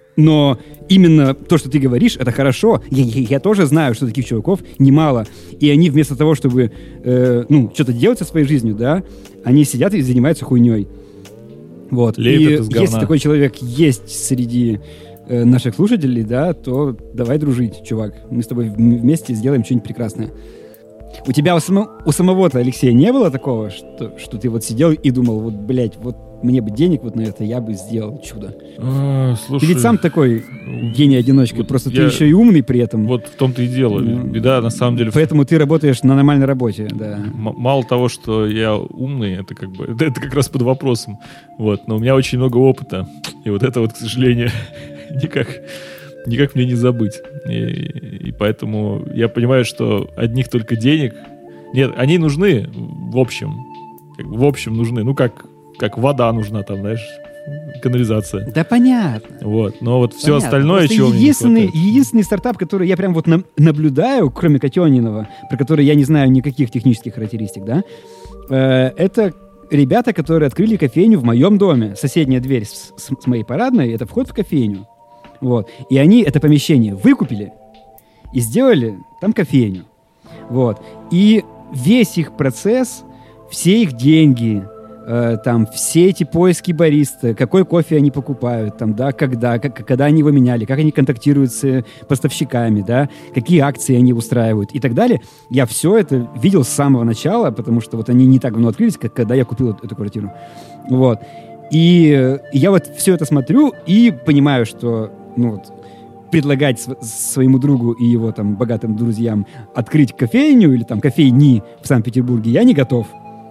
S1: Но именно то, что ты говоришь, это хорошо. Я, я, я тоже знаю, что таких чуваков немало. И они вместо того, чтобы э, ну, что-то делать со своей жизнью, да, они сидят и занимаются хуйней. Вот. И если такой человек есть среди э, наших слушателей, да, то давай дружить, чувак. Мы с тобой вместе сделаем что-нибудь прекрасное. У тебя у, само, у самого-то, Алексея, не было такого, что, что ты вот сидел и думал, вот, блядь, вот мне бы денег вот на это, я бы сделал чудо.
S2: А, слушай,
S1: ты ведь сам такой гений-одиночка, вот просто ты еще и умный при этом.
S2: Вот в том-то и дело. Беда, на самом деле...
S1: Поэтому ты работаешь на нормальной работе, да.
S2: М- мало того, что я умный, это как бы... Это, это как раз под вопросом. Вот. Но у меня очень много опыта. И вот это вот, к сожалению, никак... никак мне не забыть. И, и поэтому я понимаю, что одних только денег... Нет, они нужны в общем. Как, в общем нужны. Ну, как, как вода нужна там, знаешь, канализация.
S1: Да понятно.
S2: Вот. Но вот
S1: понятно.
S2: все остальное,
S1: Просто
S2: чего мне не хватает.
S1: Единственный стартап, который я прям вот на, наблюдаю, кроме Котенинова, про который я не знаю никаких технических характеристик, да, э, это ребята, которые открыли кофейню в моем доме. Соседняя дверь с, с, с моей парадной — это вход в кофейню. Вот. И они это помещение выкупили и сделали там кофейню. Вот. И весь их процесс, все их деньги, э, там, все эти поиски бариста, какой кофе они покупают, там, да, когда, как, когда они его меняли, как они контактируют с поставщиками, да, какие акции они устраивают и так далее. Я все это видел с самого начала, потому что вот они не так давно открылись, как когда я купил эту, эту квартиру. Вот. И, и я вот все это смотрю и понимаю, что ну вот, предлагать св- своему другу и его там богатым друзьям открыть кофейню или там кофейни в Санкт-Петербурге я не готов.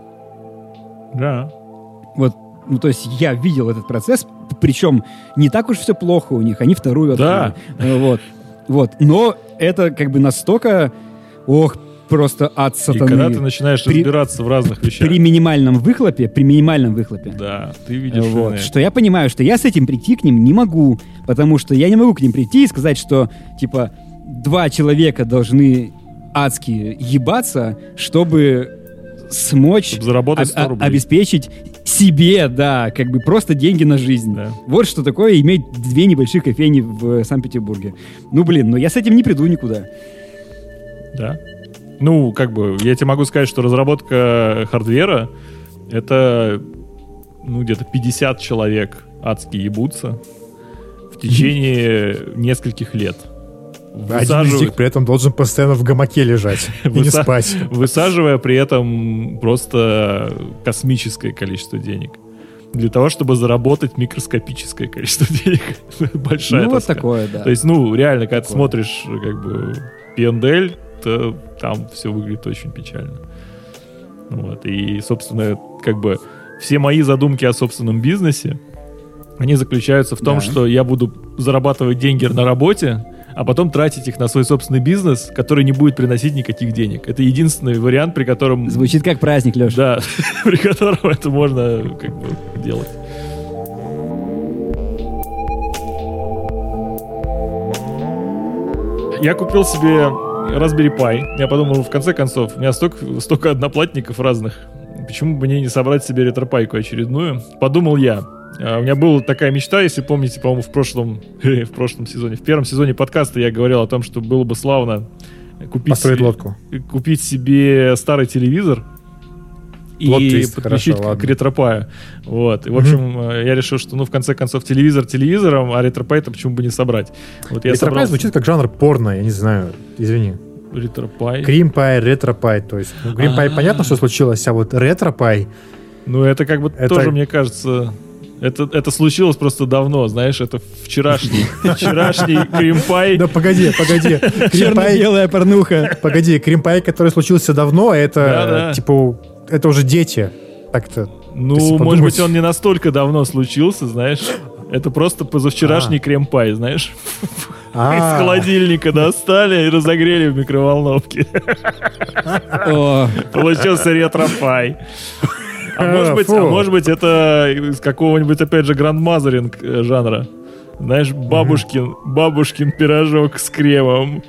S2: Да.
S1: Вот, ну то есть я видел этот процесс, причем не так уж все плохо у них, они вторую открыли.
S2: Да.
S1: Вот, вот, но это как бы настолько, ох, просто ад сатаны.
S2: И когда ты начинаешь
S1: при,
S2: разбираться в разных вещах.
S1: При минимальном выхлопе, при минимальном выхлопе.
S2: Да, ты видишь.
S1: Вот, что я понимаю, что я с этим прийти к ним не могу, потому что я не могу к ним прийти и сказать, что, типа, два человека должны адски ебаться, чтобы смочь
S2: чтобы заработать сто рублей.
S1: О- обеспечить себе, да, как бы просто деньги на жизнь.
S2: Да.
S1: Вот что такое иметь две небольших кофейни в Санкт-Петербурге. Ну, блин, ну я с этим не приду никуда.
S2: Да. Ну, как бы, я тебе могу сказать, что разработка хардвера — это, ну, где-то пятьдесят человек адски ебутся в течение нескольких лет.
S3: Один из них при этом должен постоянно в гамаке лежать и не спать.
S2: Высаживая при этом просто космическое количество денег. Для того, чтобы заработать микроскопическое количество денег. Большая
S1: Ну, вот
S2: тоска.
S1: такое, да.
S2: То есть, ну, реально, когда
S1: такое.
S2: ты смотришь, как бы, пи энд эл, то там все выглядит очень печально. Вот. И, собственно, как бы все мои задумки о собственном бизнесе, они заключаются в том,
S1: Да.
S2: что я буду зарабатывать деньги на работе, а потом тратить их на свой собственный бизнес, который не будет приносить никаких денег. Это единственный вариант, при котором...
S1: Звучит как праздник, Леша.
S2: Да, при котором это можно как бы делать. Я купил себе Raspberry Pi. Я подумал, в конце концов, у меня столько, столько одноплатников разных. Почему бы мне не собрать себе ретропайку очередную? Подумал я. Uh, у меня была такая мечта, если помните, по-моему, в прошлом, в прошлом сезоне, в первом сезоне подкаста я говорил о том, что было бы славно купить,
S3: построить
S2: себе,
S3: лодку.
S2: купить себе старый телевизор и
S3: Плот-твист,
S2: подключить
S3: хорошо,
S2: к, к ретропаю. Вот. И, в общем, mm-hmm. я решил, что, ну, в конце концов, телевизор телевизором, а ретропай-то почему бы не собрать. Вот я
S3: ретропай
S2: собрал...
S3: звучит как жанр порно, я не знаю, извини.
S2: Ретропай.
S3: Кримпай, ретропай, то есть, ну, Кримпай понятно, что случилось, а вот ретропай...
S2: Ну, это как бы
S3: это...
S2: тоже, мне кажется... Это, это случилось просто давно, знаешь, это вчерашний, вчерашний кримпай.
S3: Да погоди, погоди.
S1: Черно-белая порнуха.
S3: Погоди, кримпай, который случился давно, это
S2: Да, да.
S3: типа, это уже дети. Так-то.
S2: Ну,
S3: если
S2: может
S3: подумать.
S2: быть, он не настолько давно случился, знаешь. Это просто позавчерашний
S3: А.
S2: крем-пай, знаешь.
S3: А.
S2: Из холодильника достали и разогрели в микроволновке.
S1: О,
S2: Получился ретро-пай. А
S3: А,
S2: может быть,
S3: фу.
S2: а может быть, это из какого-нибудь, опять же, грандмазеринг э, жанра. Знаешь, бабушкин, бабушкин пирожок с кремом.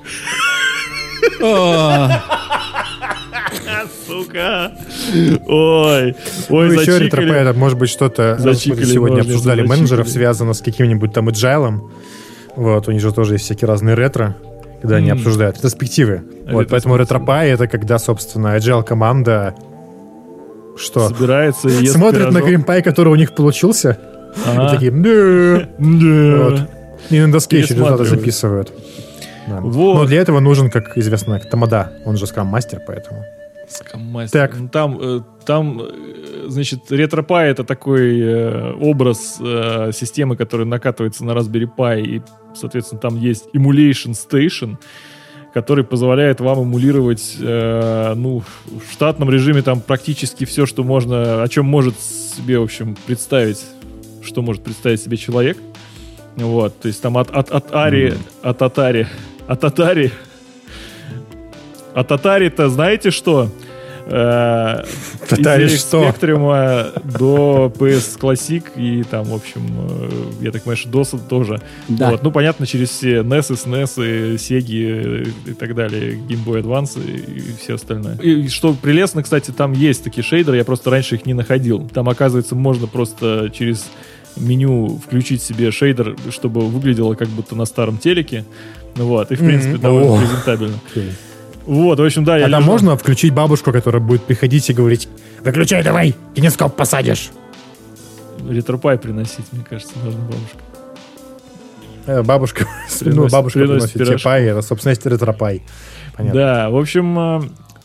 S1: о.
S2: Сука. Ой. Ой,
S3: Ну, еще
S2: зачикали.
S3: ретропай, это может быть что-то,
S2: Зачикали
S3: мы сегодня
S2: ножницы,
S3: обсуждали
S2: зачикали.
S3: менеджеров, связано с каким-нибудь там agile, Вот, у них же тоже есть всякие разные ретро, когда они
S2: М.
S3: обсуждают ретроспективы. Вот, поэтому ретропай — это когда, собственно, agile-команда что?
S2: Собирается и ест
S3: Смотрит на
S2: пирожок.
S3: геймпай, который у них получился,
S2: Ага.
S3: и такие «Да».
S2: Да.
S3: Вот. И на доске еще результаты
S2: Пересматривают.
S3: записывают. Да.
S2: Вот.
S3: Но для этого нужен, как известно, Тамада. Он же скрам-мастер, поэтому.
S2: Скаммастер.
S3: Так.
S2: Ну, там, э, там, э, значит, RetroPie — это такой э, образ э, системы, которая накатывается на Raspberry Pi, и, соответственно, там есть Emulation Station, который позволяет вам эмулировать, э, ну, в штатном режиме там практически все, что можно, о чем может себе, в общем, представить, что может представить себе человек. Вот, то есть там от, от, от Ари, от Atari, от Atari, от Atari-то знаете что? Э,
S3: Atari
S2: из
S3: что?
S2: Spectrum до пи эс Classic и там, в общем, э, я так понимаю, что дос тоже.
S1: Да.
S2: Вот, ну, понятно, через все нес, эс эн эс, Sega и так далее, Game Boy Advance и, и все остальное. И что прелестно, кстати, там есть такие шейдеры, я просто раньше их не находил. Там, оказывается, можно просто через меню включить себе шейдер, чтобы выглядело как будто на старом телеке. Вот, и, в принципе,
S3: М,
S2: довольно
S3: о.
S2: презентабельно. Вот, в общем, да, я
S3: А там
S2: лежу-
S3: можно включить бабушку, которая будет приходить и говорить: «Выключай давай, кинескоп посадишь».
S2: ретропай приносить, мне кажется, нужно бабушка.
S3: Э, Бабушка, ну,
S2: Приносит-
S3: бабушка
S2: приносит
S3: приносит тебе
S2: пирожки.
S3: пай, это, собственно, есть ретропай. Понятно.
S2: Да, в общем, э,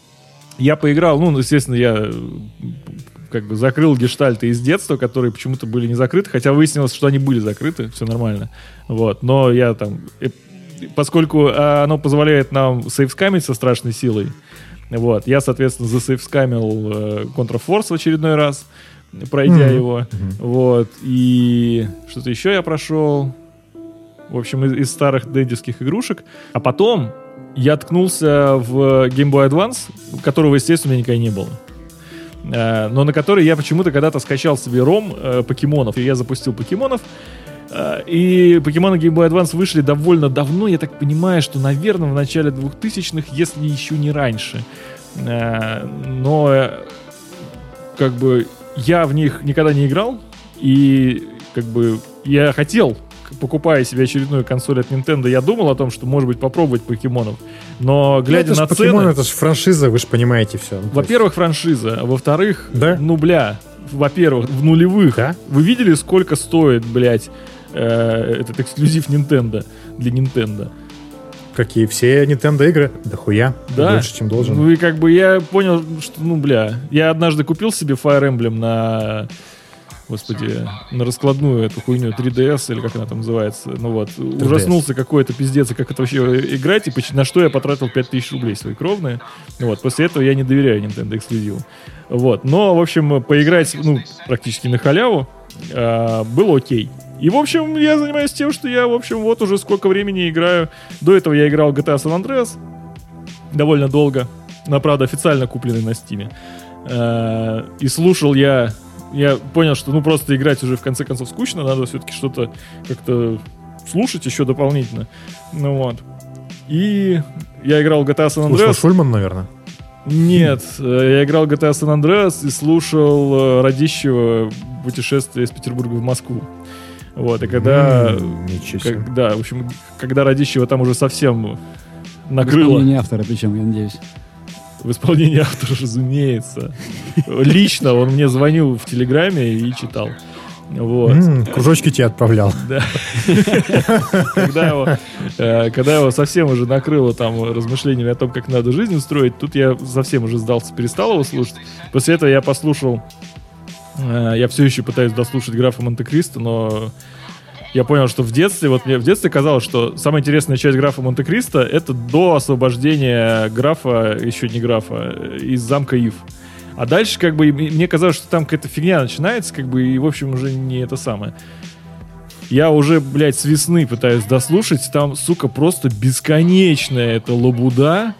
S2: я поиграл, ну, естественно, я э, как бы закрыл гештальты из детства, которые почему-то были не закрыты, хотя выяснилось, что они были закрыты, все нормально. Вот, но я там, э, поскольку э, оно позволяет нам сейвскамить со страшной силой, вот, я, соответственно, засейвскамил э, Контра-Форс в очередной раз, пройдя
S3: Мгм.
S2: его, вот, и что-то еще я прошел, в общем, из, из старых дэндевских игрушек, а потом я ткнулся в Game Boy Advance, которого, естественно, у меня никогда не было. Э, но на который я почему-то когда-то скачал себе ром э, покемонов. И я запустил покемонов. Э, и покемоны Game Boy Advance вышли довольно давно. Я так понимаю, что, наверное, в начале двухтысячных, если еще не раньше. Э, но э, как бы я в них никогда не играл. И как бы я хотел, покупая себе очередную консоль от Nintendo, я думал о том, что, может быть, попробовать покемонов. Но, глядя
S3: Ну, это
S2: на
S3: ж покемон,
S2: цены...
S3: это же франшиза, вы же понимаете все.
S2: Во-первых, франшиза. А во-вторых,
S3: Да?
S2: ну, бля, во-первых, в нулевых.
S3: Да?
S2: Вы видели, сколько стоит, блядь, э, этот эксклюзив Nintendo для Nintendo?
S3: Какие все Nintendo игры? Да хуя.
S2: Да.
S3: Больше, чем должен.
S2: Ну и как бы я понял, что, ну, бля, я однажды купил себе Fire Emblem на... Господи, на раскладную эту хуйню три ди эс, или как она там называется. Ну вот, ужаснулся какой-то пиздец, и как это вообще играть, и поч- на что я потратил пять тысяч рублей свои кровные. Вот, после этого я не доверяю Nintendo эксклюзиву. Вот, но, в общем, поиграть, ну, практически на халяву э, было окей. И, в общем, я занимаюсь тем, что я, в общем, вот уже сколько времени играю. До этого я играл в джи ти эй San Andreas довольно долго, но, правда, официально купленный на Steam. Э, и слушал я... Я понял, что ну просто играть уже в конце концов скучно, надо все-таки что-то как-то слушать еще дополнительно. Ну вот. И я играл в джи ти эй San
S3: Слушал
S2: Andreas.
S3: Шульман, наверное.
S2: Нет, э, я играл в джи ти эй San Andreas и слушал э, Радищева «Путешествие из Петербурга в Москву». Вот, и когда...
S3: М, Ничего себе.
S2: как- да, в общем, когда Радищева там уже совсем накрыло.
S1: Не автора, причем, я надеюсь.
S2: В исполнении автора, разумеется. Лично он мне звонил в Телеграме и читал. Вот.
S3: М, Кружочки тебе отправлял.
S2: Да. Когда его, э, когда его совсем уже накрыло там размышлениями о том, как надо жизнь устроить, тут я совсем уже сдался, перестал его слушать. После этого я послушал, э, я все еще пытаюсь дослушать «Графа Монте-Кристо», но я понял, что в детстве, вот мне в детстве казалось, что самая интересная часть «Графа Монте-Кристо» — это до освобождения графа, еще не графа, из замка Ив. А дальше, как бы, мне казалось, что там какая-то фигня начинается, как бы, и, в общем, уже не это самое. Я уже, блядь, с весны пытаюсь дослушать, там, сука, просто бесконечная эта лабуда.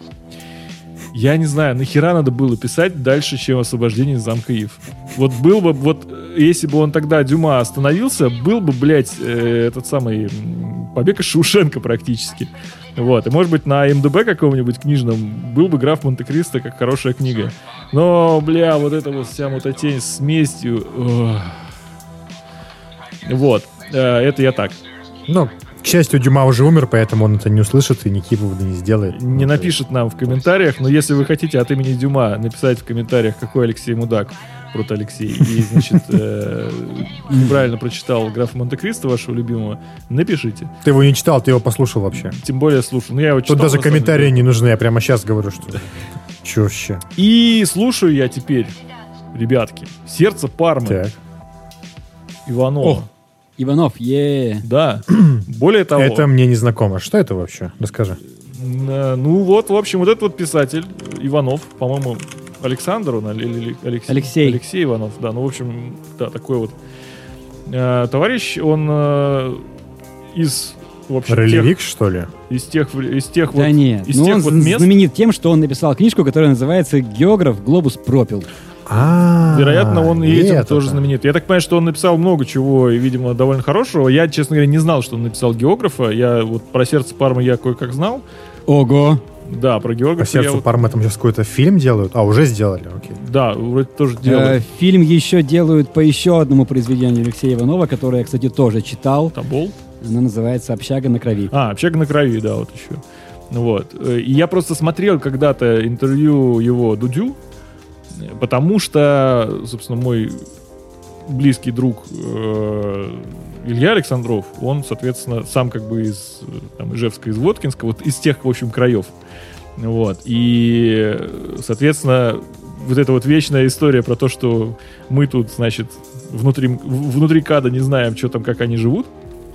S2: Я не знаю, нахера надо было писать дальше, чем «Освобождение из замка Ив». Вот был бы, вот, если бы он тогда, Дюма, остановился, был бы, блядь, э, этот самый м, «Побег из Шоушенка» практически. Вот, и, может быть, на эм дэ бэ каком-нибудь книжном был бы «Граф Монте-Кристо» как хорошая книга. Но, бля, вот эта вот вся мутатень с местью... ох. Вот, э, это я так.
S3: Ну, к счастью, Дюма уже умер, поэтому он это не услышит и никакие выводы не сделает.
S2: Не напишет нам в комментариях, но если вы хотите от имени Дюма написать в комментариях, какой Алексей мудак, Прут Алексей, и, значит, э, неправильно прочитал графа Монте-Кристо, вашего любимого, напишите.
S3: Ты его не читал, ты его послушал вообще.
S2: Тем более слушал. Ну, я его читал,
S3: Тут даже
S2: на самом
S3: комментарии
S2: деле.
S3: не нужны, я прямо сейчас говорю, что... Че вообще?
S2: И слушаю я теперь, ребятки, «Сердце Пармы»
S3: Так.
S2: Иванова.
S3: О.
S1: Иванов, е
S2: Да. Более того...
S3: Это мне не знакомо. Что это вообще? Расскажи.
S2: э, Ну вот, в общем, вот этот вот писатель Иванов, по-моему, Александр он или, или Алексей?
S1: Алексей.
S2: Алексей Иванов, да. Ну, в общем, да, такой вот э, товарищ, он э, из, в общем,
S3: Ролевик, что ли?
S2: тех, из тех, из тех
S1: Да
S2: вот,
S1: нет,
S2: из
S1: ну
S2: тех
S1: он
S2: вот
S1: з-
S2: мест,
S1: знаменит тем, что он написал книжку, которая называется «Географ Глобус пропил».
S3: А,
S2: вероятно, он и этим
S3: это-то.
S2: тоже знаменит. Я так понимаю, что он написал много чего, и, видимо, довольно хорошего. Я, честно говоря, не знал, что он написал географа. Я вот про «Сердце Пармы» я кое-как знал.
S1: Ого!
S2: Да, про
S3: По
S2: географа я
S3: сердцу
S2: вот-
S3: Пармы там сейчас какой-то фильм делают? А, уже сделали, окей.
S2: Да, вроде тоже
S1: Э,
S2: делают.
S1: фильм еще делают по еще одному произведению Алексея Иванова, которое я, кстати, тоже читал.
S2: Тобол.
S1: Оно называется «Общага на крови».
S2: А, «Общага на крови», да, вот еще. Ну вот. Э, И я просто смотрел когда-то интервью его Дудю, э, потому что, собственно, мой близкий друг э, Илья Александров, он, соответственно, сам как бы из э, там, Ижевска, из Воткинска, вот из тех, в общем, краев. Вот. И, э, соответственно, вот эта вот вечная история про то, что мы тут, значит, внутри, в- внутри КАДа не знаем, что там, как они живут,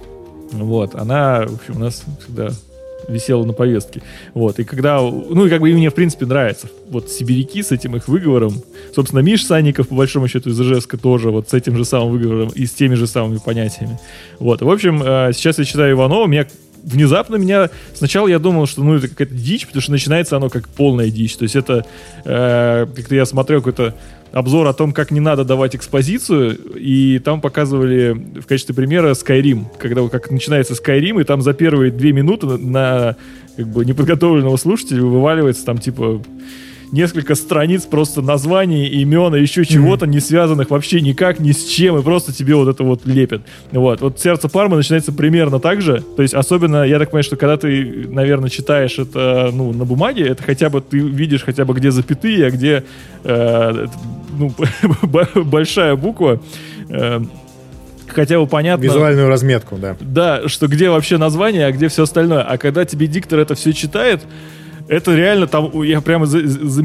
S2: вот, она, в общем, у нас всегда висела на повестке. Вот, и когда, ну, и как бы и мне, в принципе, нравится. Вот сибиряки с этим их выговором. Собственно, Миш Санников, по большому счету, из Ижевска тоже вот с этим же самым выговором и с теми же самыми понятиями. Вот, и, в общем, э, сейчас я читаю Иванова, меня внезапно меня... Сначала я думал, что, ну, это какая-то дичь, потому что начинается оно как полная дичь. То есть это... Э, как-то я смотрел какой-то обзор о том, как не надо давать экспозицию, и там показывали в качестве примера Skyrim, когда вот как начинается Skyrim, и там за первые две минуты на, на как бы неподготовленного слушателя вываливается там типа несколько страниц просто названий, имен и еще чего-то, не связанных вообще никак ни с чем, и просто тебе вот это вот лепят. Вот. Вот «Сердце Пармы» начинается примерно так же. То есть особенно, я так понимаю, что когда ты, наверное, читаешь это ну, на бумаге, это хотя бы ты видишь хотя бы где запятые, а где э, ну, большая буква. Э, хотя бы понятно...
S3: Визуальную разметку, да.
S2: Да, что где вообще название, а где все остальное. А когда тебе диктор это все читает, это реально там, я прямо за, за,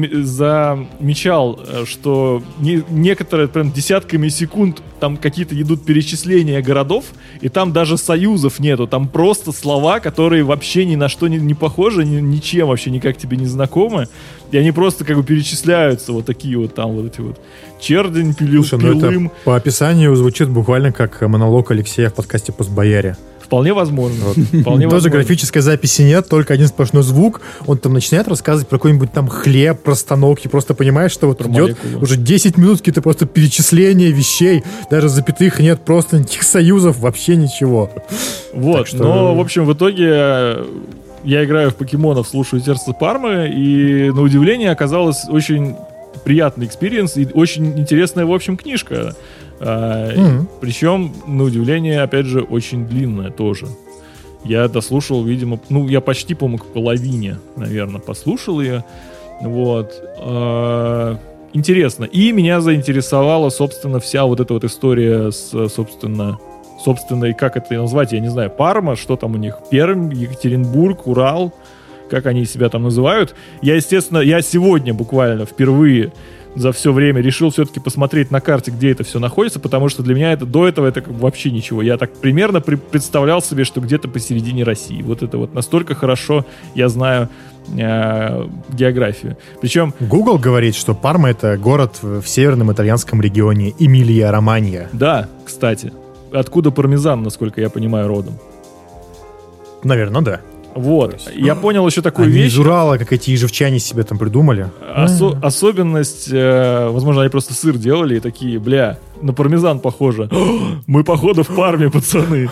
S2: замечал, что не, некоторые прям десятками секунд там какие-то идут перечисления городов, и там даже союзов нету, там просто слова, которые вообще ни на что не, не похожи, ни, ничем вообще никак тебе не знакомы, и они просто как бы перечисляются, вот такие вот там вот эти вот Чердень, Пилил,
S3: Слушай, ну
S2: Пилым.
S3: это по описанию звучит буквально как монолог Алексея в подкасте «Постбояре».
S2: Вполне возможно.
S3: Вот.
S2: Вполне
S3: Тоже
S2: возможно.
S3: графической записи нет, только один сплошной звук. Он там начинает рассказывать про какой-нибудь там хлеб, про станок, и просто понимаешь, что вот
S2: Про
S3: идет
S2: молекулу.
S3: уже десять минут какие-то просто перечисления вещей, даже запятых нет, просто никаких союзов, вообще ничего.
S2: Вот,
S3: Так что-
S2: но, в общем, в итоге э, я играю в покемонов, слушаю «Сердце Пармы», и, на удивление, оказалось очень приятный экспириенс и очень интересная, в общем, книжка. А,
S3: Мгм.
S2: Причем, на удивление, опять же, очень длинная тоже. Я дослушал, видимо, ну, я почти, по-моему, к половине, наверное, послушал ее. Вот. А, Интересно. И меня заинтересовала, собственно, вся вот эта вот история с, собственно, собственно, и как это назвать, я не знаю, Парма, что там у них, Пермь, Екатеринбург, Урал, как они себя там называют. Я, естественно, я сегодня буквально впервые за все время решил все-таки посмотреть на карте, где это все находится, потому что для меня это до этого это как бы вообще ничего. Я так примерно при- представлял себе, что где-то посередине России. Вот это вот настолько хорошо я знаю э, географию. Причем,
S3: Google говорит, что Парма — это город в северном итальянском регионе Эмилия-Романья.
S2: да, кстати, откуда пармезан, насколько я понимаю, родом.
S3: Наверное, да.
S2: Вот.
S3: То есть-
S2: Я понял еще такую
S3: Они
S2: вещь.
S3: из Урала, как эти ижевчане себе там придумали.
S2: Осо- особенность, э, возможно, они просто сыр делали и такие, бля, на пармезан похоже. Мы, походу, в Парме, пацаны.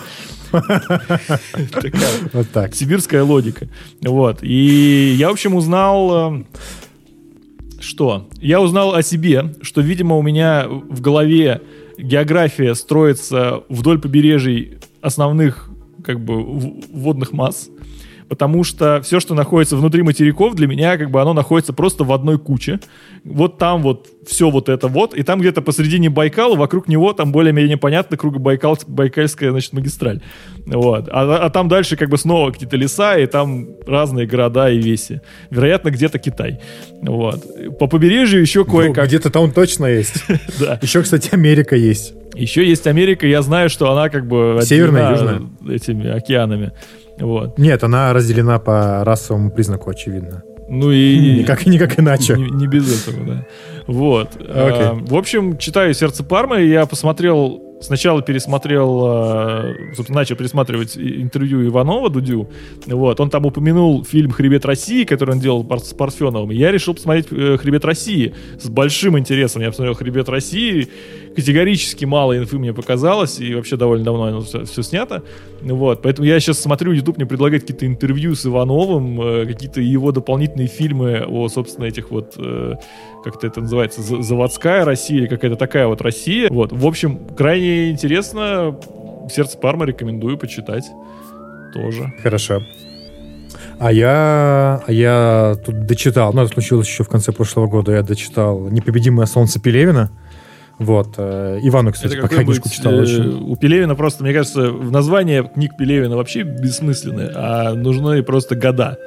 S2: Такая
S3: Вот так.
S2: сибирская логика. Вот. И я, в общем, узнал... э, Что? Я узнал о себе, что, видимо, у меня в голове география строится вдоль побережий основных как бы в- водных масс. Потому что все, что находится внутри материков, для меня как бы оно находится просто в одной куче. Вот там вот все вот это вот, и там где-то посредине Байкала, вокруг него там более-менее понятно Байкал, Байкальская, значит, магистраль. Вот. А, а там дальше как бы снова какие-то леса, и там разные города и веси. Вероятно, где-то Китай. Вот. По побережью еще кое-как...
S3: Ну, где-то там точно есть.
S2: Да.
S3: Еще, кстати, Америка есть.
S2: Еще есть Америка, я знаю, что она как бы...
S3: Северная и южная.
S2: Этими океанами. Вот.
S3: Нет, она разделена по расовому признаку, очевидно.
S2: Ну и...
S3: Никак, никак иначе.
S2: Не, не без этого, да. Вот.
S3: Okay.
S2: А, в общем, читаю «Сердце Пармы». Я посмотрел... Сначала пересмотрел, собственно, начал пересматривать интервью Иванова Дудю. Вот. Он там упомянул фильм «Хребет России», который он делал с Парфеновым. И я решил посмотреть «Хребет России» с большим интересом. Я посмотрел «Хребет России». Категорически мало инфы мне показалось. И вообще довольно давно оно все, все снято. Вот. Поэтому я сейчас смотрю, YouTube мне предлагает какие-то интервью с Ивановым, какие-то его дополнительные фильмы о, собственно, этих вот... как-то это называется, заводская Россия или какая-то такая вот Россия. Вот. В общем, крайне интересно. «Сердце Пармы» рекомендую почитать тоже.
S3: Хорошо. А я, а я тут дочитал, ну, это случилось еще в конце прошлого года, я дочитал «Непобедимое солнце» Пелевина. Вот. Ивану, кстати, пока книжку читал.
S2: Э,
S3: очень.
S2: У Пелевина просто, мне кажется, в названии книг Пелевина вообще бессмысленные, а нужны просто года.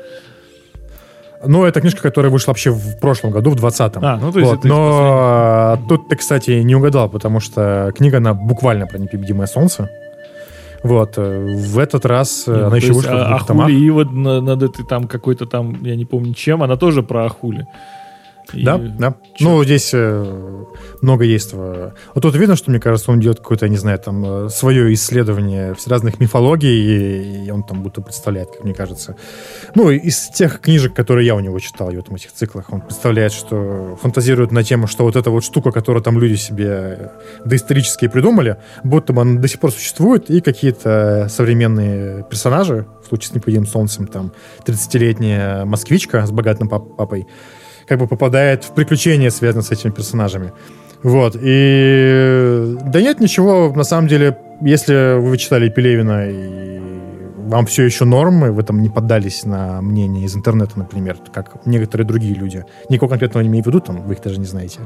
S3: Ну, это книжка, которая вышла вообще в прошлом году, в двадцатом.
S2: А, ну, то есть
S3: вот.
S2: это
S3: Но тут ты, кстати, не угадал, потому что книга, она буквально про непобедимое солнце. Вот. В этот раз
S2: Нет,
S3: она еще
S2: есть,
S3: вышла
S2: а,
S3: в двух
S2: Ахули
S3: томах.
S2: и вот над этой там какой-то там, я не помню чем, она тоже про Ахули. И...
S3: Да, да. Чё? Ну, здесь э, много есть. Вот тут видно, что, мне кажется, он делает какое-то, не знаю, там, свое исследование разных мифологий, и, и он там будто представляет, как мне кажется. Ну, из тех книжек, которые я у него читал, в этих циклах, он представляет, что фантазирует на тему, что вот эта вот штука, которую там люди себе доисторически придумали, будто бы она до сих пор существует, и какие-то современные персонажи, в случае с «Непобедимым солнцем», там, тридцатилетняя москвичка с богатым пап- папой, как бы попадает в приключения, связанные с этими персонажами. Вот. И да нет, ничего, на самом деле, если вы читали Пелевина и вам все еще норм, и вы там не поддались на мнение из интернета, например, как некоторые другие люди. Никакого конкретного не имею в виду, там, вы их даже не знаете.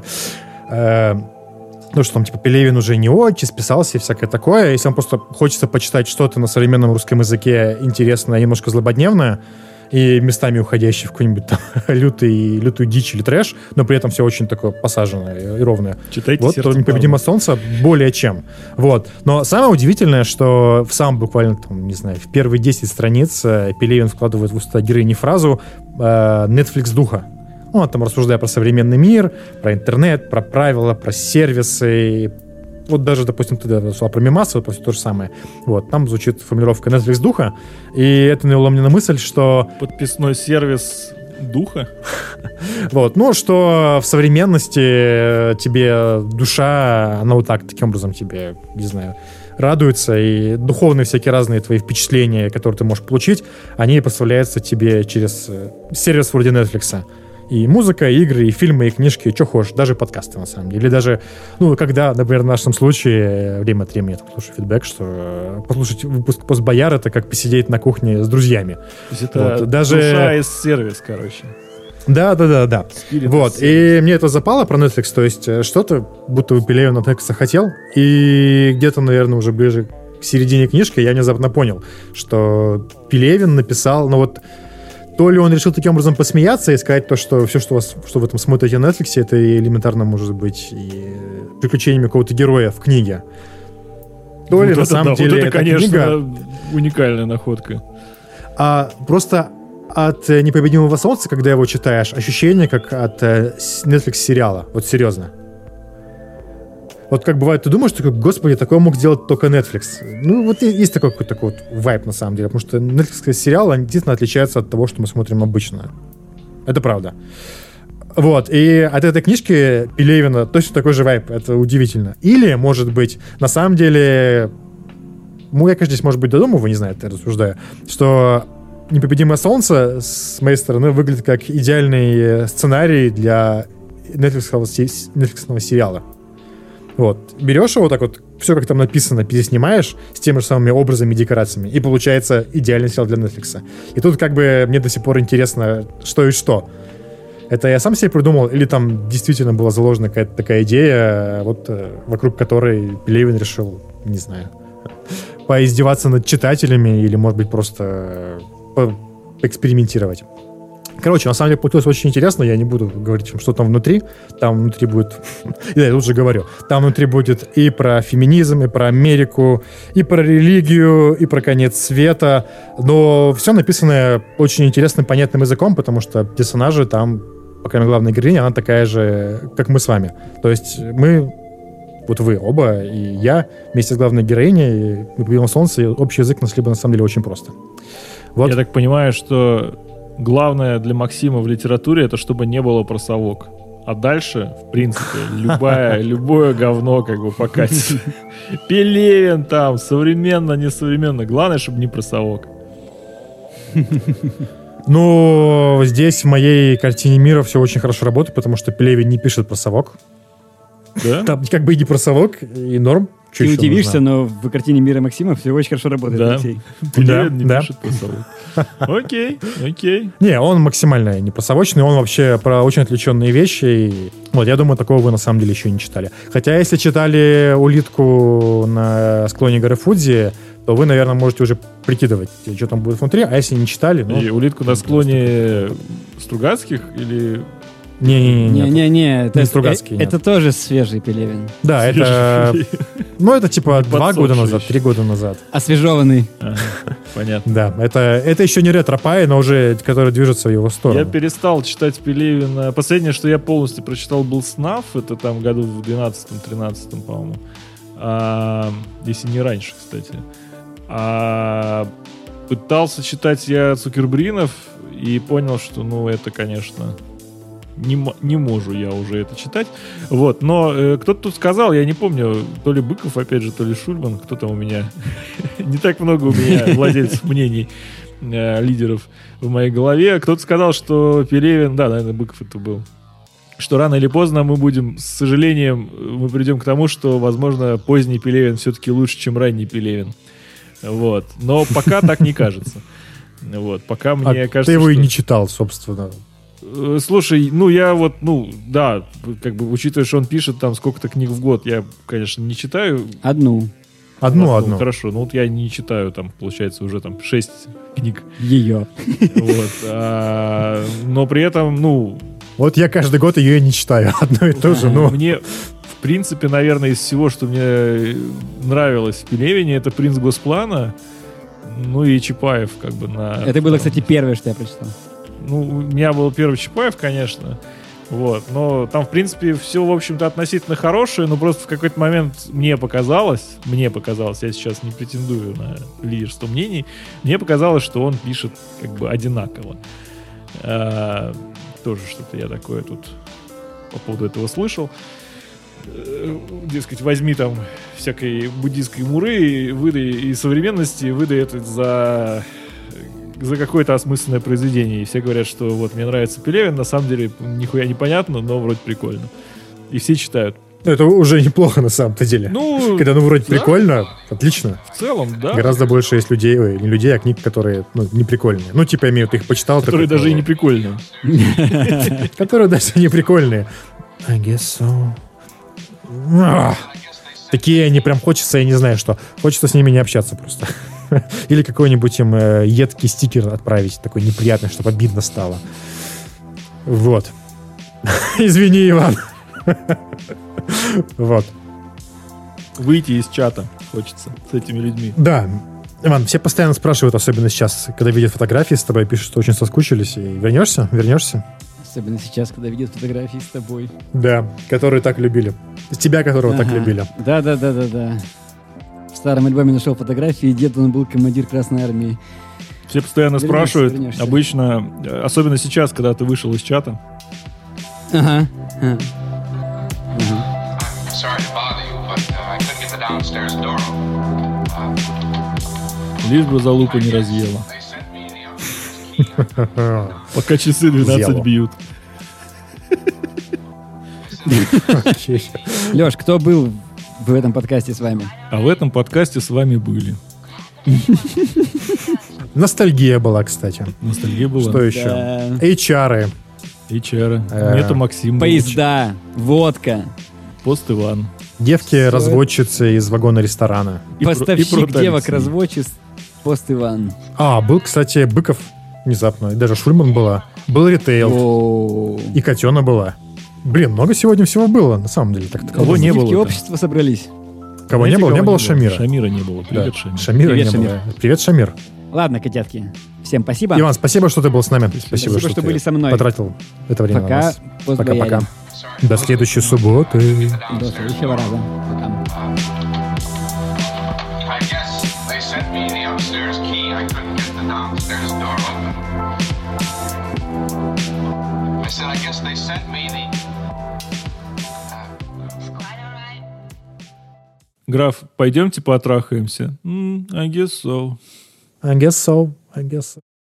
S3: Ну, что там, типа, Пелевин уже не очень списался и всякое такое. Если вам просто хочется почитать что-то на современном русском языке интересное, немножко злободневное, и местами уходящий в какой-нибудь там лютый, лютую дичь или трэш, но при этом все очень такое посаженное и ровное.
S2: Читайте
S3: вот,
S2: «Сердце
S3: то «Непобедимое солнце» более чем. Вот. Но самое удивительное, что в сам буквально, там, не знаю, в первые десять страниц Пелевин вкладывает в уста героини фразу э, «Netflix духа». Он там рассуждая про современный мир, про интернет, про правила, про сервисы. Вот даже, допустим, ты рассказал про мемасы, вот то же самое. Вот, там звучит формулировка Netflix духа, и это навело мне на мысль, что...
S2: Подписной сервис духа?
S3: Вот, ну, что в современности тебе душа, она вот так, таким образом тебе, не знаю, радуется, и духовные всякие разные твои впечатления, которые ты можешь получить, они поставляются тебе через сервис вроде Netflix. И музыка, и игры, и фильмы, и книжки, и что хочешь, даже подкасты, на самом деле. Или даже, ну, когда, например, в нашем случае, время от времени я слушаю фидбэк, что послушать выпуск «Постбояр» — это как посидеть на кухне с друзьями.
S2: То есть это
S3: вот, даже...
S2: душа из сервис, короче.
S3: Да, да, да, да.
S2: Spirit
S3: вот. И мне это запало про Netflix, то есть что-то, будто бы Пелевин от Netflix хотел, и где-то, наверное, уже ближе к середине книжки я внезапно понял, что Пелевин написал, ну вот, то ли он решил таким образом посмеяться и сказать то, что все, что, вас, что вы там смотрите на Netflix, это элементарно может быть и приключениями какого-то героя в книге. То
S2: вот
S3: ли
S2: это,
S3: на самом
S2: да,
S3: деле
S2: вот это,
S3: эта
S2: конечно,
S3: книга...
S2: уникальная находка.
S3: А просто от «Непобедимого солнца», когда его читаешь, ощущение как от Netflix сериала. Вот серьезно. Вот как бывает, ты думаешь, что, господи, такое мог сделать только Netflix. Ну, вот есть такой какой-то такой вот вайб, на самом деле. Потому что Netflix сериалы, они действительно отличаются от того, что мы смотрим обычно. Это правда. Вот. И от этой книжки Пелевина точно такой же вайб. Это удивительно. Или, может быть, на самом деле... Ну, я, конечно, здесь, может быть, додумываю, не знаю, я рассуждаю, что «Непобедимое солнце» с моей стороны выглядит как идеальный сценарий для Netflix-ового сериала. Вот. Берешь его так вот все, как там написано, переснимаешь с теми же самыми образами и декорациями, и получается идеальный сериал для Netflix. И тут как бы мне до сих пор интересно, что и что. Это я сам себе придумал, или там действительно была заложена какая-то такая идея, вот вокруг которой Пелевин решил, не знаю, поиздеваться над читателями или, может быть, просто по- поэкспериментировать. Короче, на самом деле получилось очень интересно, я не буду говорить, что там внутри. Там внутри будет, я тут же говорю, там внутри будет и про феминизм, и про Америку, и про религию, и про конец света, но все написано очень интересным, понятным языком, потому что персонажи там, по крайней мере, главная героиня, она такая же, как мы с вами. То есть мы, вот вы оба, и я, вместе с главной героиней, мы победим солнце, и общий язык у нас либо на самом деле очень просто. Вот.
S2: Я так понимаю, что главное для Максима в литературе — это чтобы не было про совок. А дальше, в принципе, любая, любое говно как бы покатит. Пелевин там, современно, несовременно. Главное, чтобы не про совок.
S3: Ну, здесь в моей картине мира все очень хорошо работает, потому что Пелевин не пишет про совок.
S2: Да?
S3: Там как бы и не про совок, и норм.
S1: Ты удивишься, но в картине мира Максима все очень хорошо работает,
S2: да.
S1: Алексей.
S2: Пелевин не
S3: да.
S2: пишет про совок. Окей, окей.
S3: Не, он максимально не просовочный, он вообще про очень отвлеченные вещи. И, вот, я думаю, такого вы на самом деле еще не читали. Хотя, если читали «Улитку» на склоне горы Фудзи, то вы, наверное, можете уже прикидывать, что там будет внутри. А если не читали... Ну,
S2: и «Улитку на склоне» Стругацких или...
S3: Не-не-не.
S1: Не-не-не, это,
S3: Не Стругацкий,
S1: это, это тоже свежий Пелевин.
S3: Да, это... Ну, это типа два года назад, три года назад.
S1: Освежеванный.
S2: Ага, понятно.
S3: Да, это, это еще не ретро-пай, но уже который движется в его сторону.
S2: Я перестал читать Пелевина. Последнее, что я полностью прочитал, был «Снаф». Это там году в двенадцатом-тринадцатом, по-моему. А, если не раньше, кстати. А пытался читать я Цукербринов и понял, что, ну, это, конечно... Не, м- не могу я уже это читать. Вот. Но э, кто-то тут сказал, я не помню, то ли Быков, опять же, то ли Шульман, кто там у меня. Не так много у меня владельцев мнений, э, лидеров в моей голове. Кто-то сказал, что Пелевин, да, наверное, Быков это был, что рано или поздно мы будем, с сожалением, мы придем к тому, что, возможно, поздний Пелевин все-таки лучше, чем ранний Пелевин. Вот. Но пока так не кажется. Вот. Пока мне
S3: а
S2: кажется,
S3: ты его и
S2: что...
S3: не читал, собственно.
S2: Слушай, ну я вот, ну, да, как бы, учитывая, что он пишет там сколько-то книг в год, я, конечно, не читаю.
S1: Одну.
S3: Одну,
S2: ну,
S3: одну.
S2: Хорошо, ну вот я не читаю, там, получается, уже там шесть книг.
S1: Ее.
S2: Вот. А, но при этом, ну...
S3: Вот я каждый год ее и не читаю, одно и то же, ну...
S2: Мне, в принципе, наверное, из всего, что мне нравилось в Пелевине, это «Принц Госплана», ну и Чапаев, как бы, на...
S1: Это было, кстати, первое, что я прочитал.
S2: Ну, у меня был первый Чапаев, конечно, вот, но там, в принципе, все, в общем-то, относительно хорошее, но просто в какой-то момент мне показалось, мне показалось, я сейчас не претендую на лидерство мнений, мне показалось, что он пишет как бы одинаково. А, тоже что-то я такое тут по поводу этого слышал. Дескать, возьми там всякой буддистской муры, выдай и современности, выдай это за... за какое-то осмысленное произведение. И все говорят, что вот мне нравится Пелевин, на самом деле нихуя непонятно, но вроде прикольно. И все читают.
S3: Это уже неплохо на самом-то деле.
S2: Ну,
S3: когда ну вроде
S2: да.
S3: Прикольно, отлично.
S2: В целом, да.
S3: Гораздо больше есть людей, ой, не людей, а книг, которые ну, не прикольные. Ну, типа, я имею в виду, их почитал.
S2: Которые
S3: такой,
S2: даже и не прикольные.
S3: Которые даже не прикольные. I guess so. Такие они прям хочется, я не знаю что. Хочется с ними не общаться просто. Или какой-нибудь им э, едкий стикер отправить, такой неприятный, чтобы обидно стало. Вот. Извини, Иван. Вот.
S2: Выйти из чата хочется с этими людьми.
S3: Да. Иван, все постоянно спрашивают, особенно сейчас, когда видят фотографии с тобой, пишут, что очень соскучились. И вернешься? Вернешься?
S1: Особенно сейчас, когда видят фотографии с тобой.
S3: Да, которые так любили. С тебя, которого
S1: Ага.
S3: так любили.
S1: Да-да-да-да-да. В старом альбоме нашел фотографии, дед он был командир Красной Армии.
S2: Все постоянно
S1: Вернешься,
S2: спрашивают,
S1: вернешься.
S2: обычно, э, особенно сейчас, когда ты вышел из чата.
S1: Ага. Ага.
S4: Sorry to bother you, but uh, I couldn't get the downstairs door open. Uh,
S2: Лишь бы залупа не разъела.
S4: they sent me the upstairs key.
S2: Пока часы двенадцать
S3: Взяло.
S2: бьют.
S1: Леш, кто был в этом подкасте с вами.
S2: А в этом подкасте с вами были.
S3: Ностальгия была, кстати.
S2: Ностальгия была.
S3: Что еще?
S1: Да.
S3: эйч ар.
S2: эйч ар.
S3: Э.
S2: Нету Максим.
S1: Поезда, водка,
S2: Пост Иван.
S3: Девки-разводчицы из вагона ресторана.
S2: И про- и
S1: поставщик
S2: про
S1: девок,
S2: такси.
S1: разводчиц, пост Иван.
S3: А, был, кстати, Быков внезапно. И даже Шульман была. Был ритейл.
S1: О,
S3: И Котена была. Блин, много сегодня всего было, на самом деле. Так
S2: Кого не
S1: девки
S2: было-то?
S1: общества собрались.
S3: Кого не
S2: Знаете,
S3: было?
S2: кого
S3: Не было Шамира.
S2: Шамира не было.
S3: Да.
S2: Привет, Шамир.
S3: Шамира
S1: Привет,
S3: не
S1: Шамир.
S3: было. Привет, Шамир.
S1: Ладно, котятки, всем спасибо.
S3: Иван, спасибо, что ты был с нами. Спасибо,
S1: что
S3: ты
S1: были со мной.
S3: потратил это время на
S1: Пока,
S3: нас.
S1: постбояре.
S3: Пока-пока. До следующей субботы.
S1: До следующего раза. Пока.
S4: I guess they sent me the upstairs key. I couldn't get the downstairs door open. I said, I guess they sent me the...
S2: Граф, пойдемте потрахаемся. М, I guess so.
S3: I guess so. I guess so.